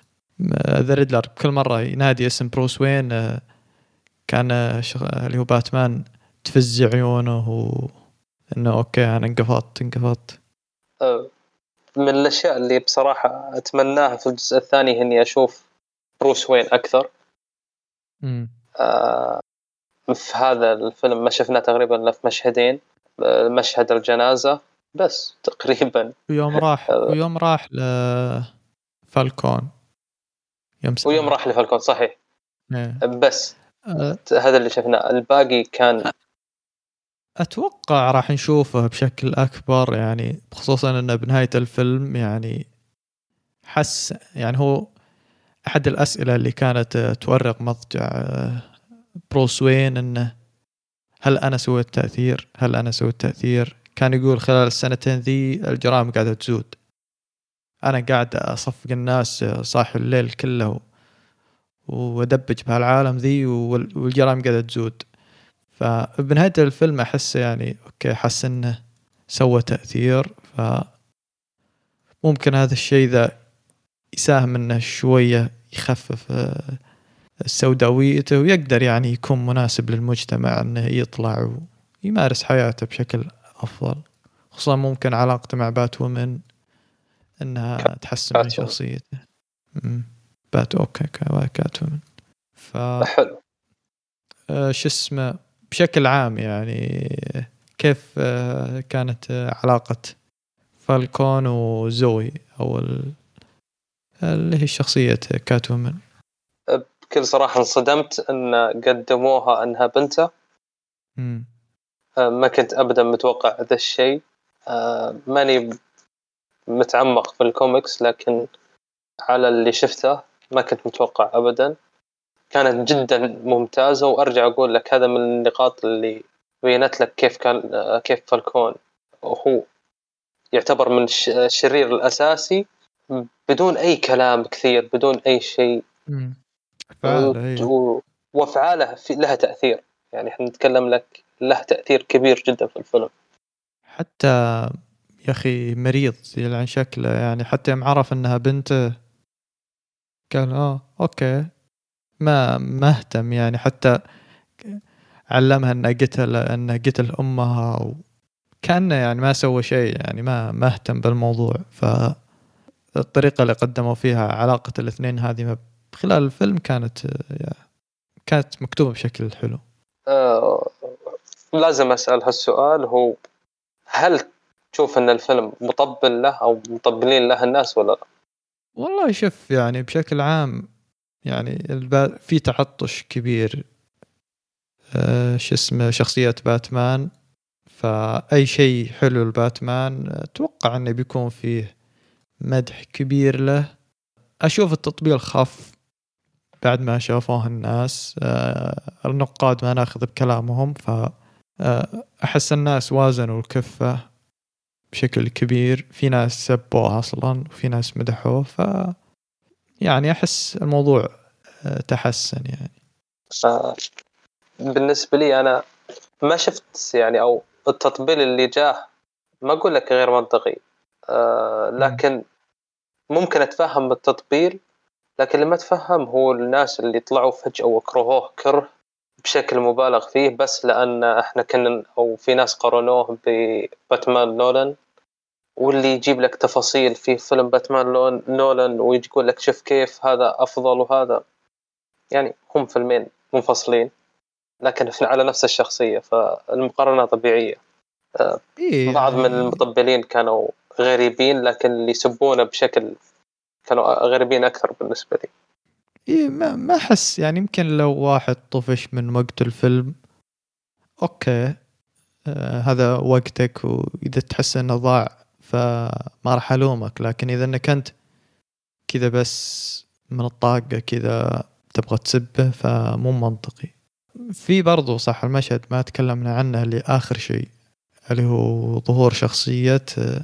ذا ريدلر، بكل مرة ينادي اسم بروس وين آه، كان آه، شغ... اللي هو باتمان تفز عيونه و... انه اوكي انا انقفضت انقفضت. آه من الأشياء اللي بصراحة أتمناها في الجزء الثاني إني أشوف بروس وين أكثر. امم آه في هذا الفيلم ما شفنا تقريبا إلا في مشهدين، آه، مشهد الجنازة بس تقريبا. ويوم راح آه، ويوم راح لفالكون يوم ويوم سافر. راح لفالكون صحيح. إيه. بس أه، هذا اللي شفناه، الباقي كان أتوقع راح نشوفه بشكل أكبر يعني، خصوصا أنه بنهاية الفيلم يعني حس يعني هو أحد الأسئلة اللي كانت تورق مضجع بروس وين، أنه هل أنا سويت تأثير هل أنا سويت تأثير كان يقول خلال السنتين ذي الجرائم قاعدة تزود، أنا قاعد أصفق الناس صاحي الليل كله وأدبج بهالعالم ذي والجرائم قاعدة تزود. فبنهاية الفيلم أحس يعني أوكي، حس أنه سوى تأثير، فممكن هذا الشيء ذا يساهم أنه شوية يخفف سوداويته ويقدر يعني يكون مناسب للمجتمع أنه يطلع ويمارس حياته بشكل أفضل، خصوصا ممكن علاقته مع بات وومن أنها تحسن من كاتون. شخصيته. مم. بات أوكي كات وومن. ف حلو. آه، شو اسمه بشكل عام يعني كيف آه، كانت آه، علاقة فالكون وزوي أو ال- اللي هي شخصية كات وومن؟ بكل صراحة انصدمت أن قدموها أنها بنته. مم. آه، ما كنت أبدا متوقع هذا الشيء. آه، ماني متعمق في الكوميكس، لكن على اللي شفته ما كنت متوقع أبدا. كانت جدا ممتازة، وأرجع أقول لك هذا من النقاط اللي بينت لك كيف كان آه، كيف فالكون هو يعتبر من الش- الشرير الأساسي بدون أي كلام كثير، بدون أي شيء. مم. و- فعلا هي. و- وأفعاله في لها تأثير، يعني احنا نتكلم لك له تأثير كبير جدا في الفيلم. حتى يا أخي مريض يلعن شكله يعني، حتى يوم عرف أنها بنته قال آه أوكي، ما ما اهتم يعني، حتى علمها أنه قتل أنه قتل أمها، وكأنه يعني ما سوى شيء يعني، ما ما اهتم بالموضوع. فالطريقة اللي قدموا فيها علاقة الاثنين هذه خلال الفيلم كانت كانت مكتوبة بشكل حلو. آه لازم أسأل هالسؤال، هو هل تشوف أن الفيلم مطبل له أو مطبلين له الناس ولا لا؟ والله شوف يعني بشكل عام يعني الب... في تعطش كبير آه شو اسمه شخصية باتمان، فأي شيء حلو الباتمان أتوقع أنه بيكون فيه مدح كبير له. أشوف التطبيل خف بعد ما شافوه الناس، آه النقاد ما ناخذ بكلامهم، فأحس الناس وازنوا الكفة بشكل كبير، في ناس سبوه أصلا وفي ناس مدحوه، ف يعني أحس الموضوع آه تحسن يعني. آه بالنسبة لي أنا ما شفت يعني، أو التطبيل اللي جاه ما أقول لك غير منطقي، آه م. لكن ممكن أتفهم التطبيل. لكن اللي ما أتفهم هو الناس اللي طلعوا فجأة وكرهوه كره بشكل مبالغ فيه، بس لأن إحنا كنا أو في ناس قارنوه بباتمان نولان، واللي يجيب لك تفاصيل في فيلم باتمان لون نولان ويجي يقول لك شوف كيف هذا أفضل وهذا، يعني هم فيلمين منفصلين لكن على نفس الشخصية، فالمقارنة طبيعية. إيه بعض من يعني المطبلين كانوا غريبين، لكن اللي يسبونه بشكل كانوا غريبين أكثر بالنسبة لي. إيه ما ما أحس يعني، يمكن لو واحد طفش من وقت الفيلم أوكي، آه هذا وقتك، وإذا تحس إنه ضاع فما راح ألومك، لكن إذا إنك أنت كذا بس من الطاقة كذا تبغى تسبه فمو منطقي. في برضو صح المشهد ما تكلمنا عنه اللي آخر شيء، اللي هو ظهور شخصية آه،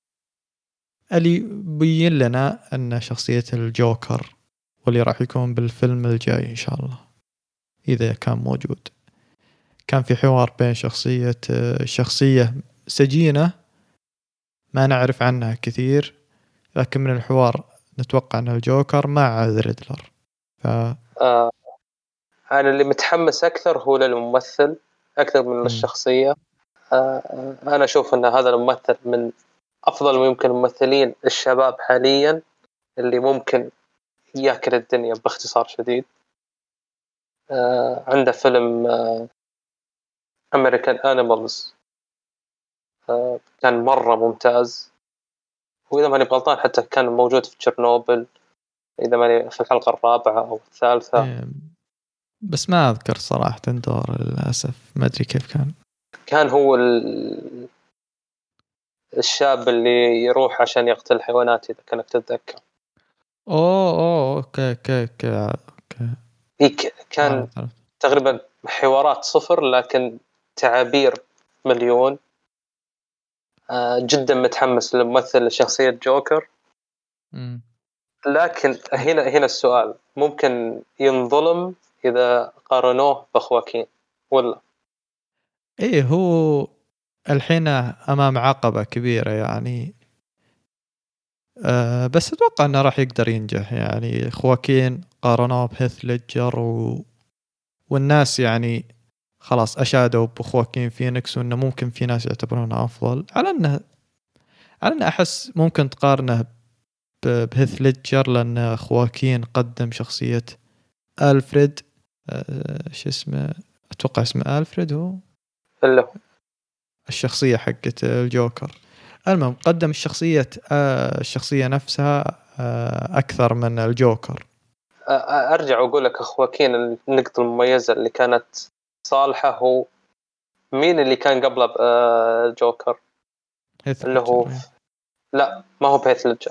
اللي بين لنا أن شخصية الجوكر، واللي راح يكون بالفيلم الجاي إن شاء الله إذا كان موجود. كان في حوار بين شخصية شخصية سجينة ما نعرف عنها كثير، لكن من الحوار نتوقع أن الجوكر مع ريدلر. ف... آه أنا اللي متحمس أكثر هو للممثل أكثر من م. الشخصية. آه أنا أشوف أن هذا الممثل من أفضل ما يمكن الممثلين الشباب حاليا، اللي ممكن يأكل الدنيا باختصار شديد. آه عنده فيلم آه American Animals، آه كان مرة ممتاز، وإذا ماني غلطان حتى كان موجود في تشيرنوبل، إذا ماني في الحلقة الرابعة أو الثالثة. إيه، بس ما أذكر صراحة دور للأسف، ما أدري كيف كان. كان هو ال... الشاب اللي يروح عشان يقتل الحيوانات، إذا كانك تتذكر. أوه أوه أوكي أوكي أوكي أوكي. كان عرفت عرفت. تقريبا حوارات صفر لكن تعابير مليون. آه جدا متحمس لممثل شخصية جوكر. مم. لكن هنا هنا السؤال، ممكن ينظلم إذا قارنوه بخواكين ولا؟ إيه، هو الحين أمام عقبة كبيرة يعني. أه بس أتوقع أنه راح يقدر ينجح يعني. خواكين قارنوه بهيث ليدجر و... والناس يعني خلاص أشادوا بخواكين فينيكس، وأنه ممكن في ناس يعتبرونه أفضل على أنه على أنه أحس ممكن تقارنه ب... بهيث ليدجر، لأن خواكين قدم شخصية ألفريد. أه شو اسمه؟ أتوقع اسمه ألفريد هو إلا الشخصية حقت الجوكر. المهم قدم الشخصية آه الشخصية نفسها آه أكثر من الجوكر. أرجع وأقول لك خواكين النقطة المميزة اللي كانت صالحة، هو مين اللي كان قبله جوكر؟ اللي هو ليدجر. ف... لا ما هو بهيث ليدجر.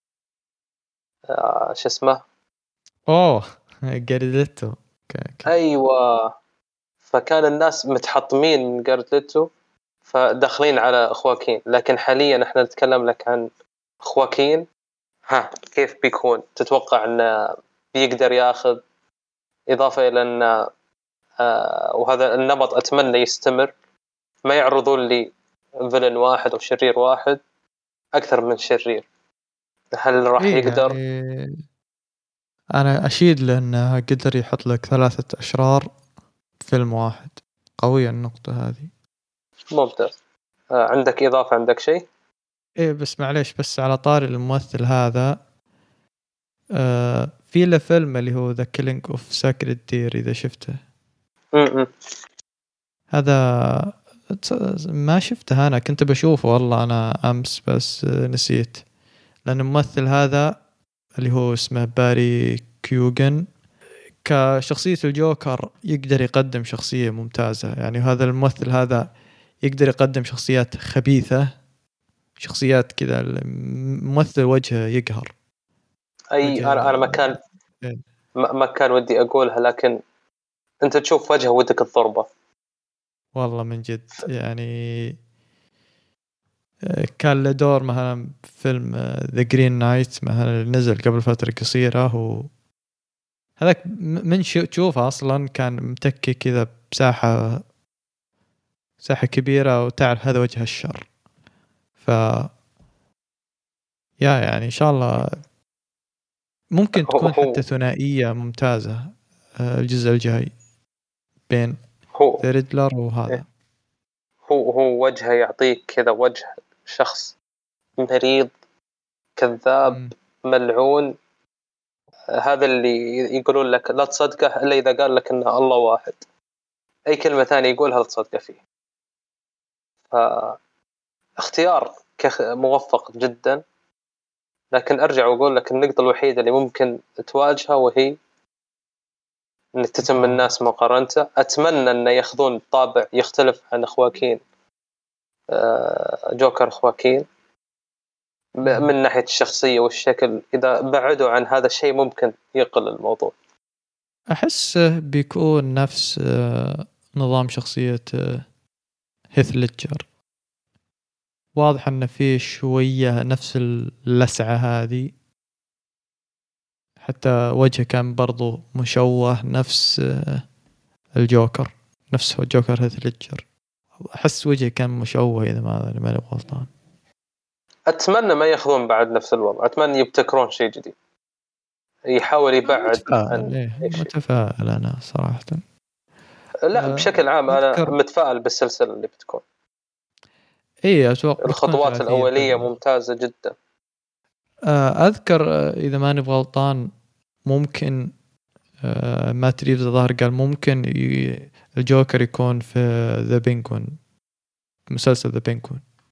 آه شو اسمه؟ أوه جاريديتو. أيوة. فكان الناس متحطمين من جاريديتو فداخلين على خواكين، لكن حاليا احنا نتكلم لك عن خواكين. ها كيف بيكون؟ تتوقع انه بيقدر ياخذ، اضافه الى ان آه وهذا النمط اتمنى يستمر، ما يعرضون لي فيلن واحد او شرير واحد اكثر من شرير. هل راح إيه يقدر؟ يعني أنا أشيد لأنه قدر يحط لك ثلاثة أشرار فيلم واحد. قوية النقطة هذه. ممتاز. آه عندك اضافه؟ عندك شيء؟ إيه بس معليش، بس على طاري الممثل هذا، آه في له فيلم اللي هو The Killing of Sacred Deer، إذا شفته. م-م. هذا ما شفته، أنا كنت بشوفه والله أنا أمس بس نسيت. لأن الممثل هذا اللي هو اسمه باري كيوغن كشخصية الجوكر يقدر يقدم شخصية ممتازة يعني. هذا الممثل هذا يقدر يقدم شخصيات خبيثة، شخصيات كذا، الممثل وجهه يقهر. اي وجهه انا انا ما كان ما ما كان ودي اقولها، لكن انت تشوف وجهه ودك الضربه. والله من جد يعني. كان له دور مثلا فيلم ذا جرين نايت مثلا اللي نزل قبل فترة قصيرة، و هذاك من تشوفه أصلا كان متكي كذا بساحة ساحة كبيرة، وتعرف هذا وجه الشر. ف يا يعني إن شاء الله ممكن هو تكون هو حتى ثنائية ممتازة الجزء الجاي بين هو ذا ريدلر وهذا. هو هو وجهه يعطيك كذا وجه شخص مريض كذاب مم. ملعون. هذا اللي يقولون لك لا تصدقه إلا إذا قال لك إن الله واحد، أي كلمة ثانية يقولها لا تصدقه فيه. فاختيار كخ... موفق جدا. لكن أرجع وأقول لك النقطة الوحيدة اللي ممكن تواجهها وهي إن تتم الناس مقارنته. أتمنى أن يأخذون طابع يختلف عن خواكين، جوكر خواكين من ناحية الشخصية والشكل. إذا بعدوا عن هذا الشيء ممكن يقل الموضوع. أحس بيكون نفس نظام شخصية هيث ليدجر. واضح أن فيه شوية نفس اللسعة هذه، حتى وجهه كان برضو مشوه نفس الجوكر، نفس جوكر هيث ليدجر. أحس وجهه كان مشوه إذا ما ما أنا غلطان. أتمنى ما يأخذون بعد نفس الوضع، أتمنى يبتكرون شيء جديد يحاول يبعد متفائل عن إيه أي شيء. متفائل أنا صراحة. لا بشكل عام أنا أذكر متفائل بالسلسلة اللي بتكون. إيه أتوقع بتكون الخطوات ثلاثية الأولية حلوة. ممتازة جدا. أذكر إذا ما نبغى غلطان ممكن ما تريد الظاهر قال ممكن ي... الجوكر يكون في ذا بينجوين، مسلسل ذا بينجوين.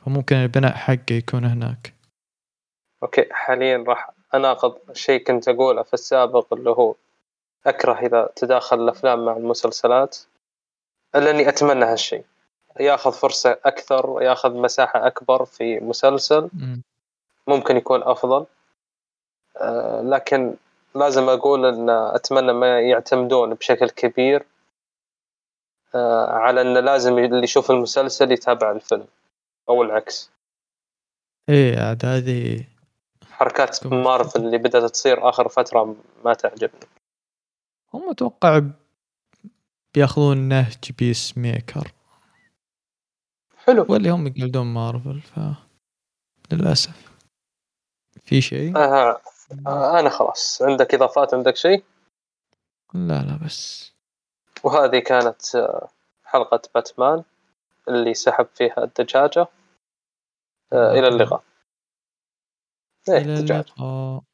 فممكن البناء حقه يكون هناك. اوكي حاليا راح اناقض شيء كنت اقوله في السابق، اللي هو اكره اذا تداخل الافلام مع المسلسلات، الا اني اتمنى هالشيء، ياخذ فرصة اكثر، ياخذ مساحة اكبر في مسلسل، مم. ممكن يكون افضل. أه لكن لازم اقول ان اتمنى ما يعتمدون بشكل كبير أه على ان لازم اللي يشوف المسلسل يتابع الفيلم او العكس. ايه عاد هذه حركات تكون مارفل مشكلة. اللي بدأت تصير آخر فترة ما تعجبني. هم اتوقع بياخذون نهج بيس ميكر حلو. واللي هم يقلدون مارفل، ف للاسف. في شيء؟ آه. آه أنا خلاص، عندك إضافات، عندك شيء؟ لا لا بس. وهذه كانت آه، حلقة باتمان اللي سحب فيها الدجاجة. آه إلى اللقاء. إيه إلى دجاجة. اللقاء.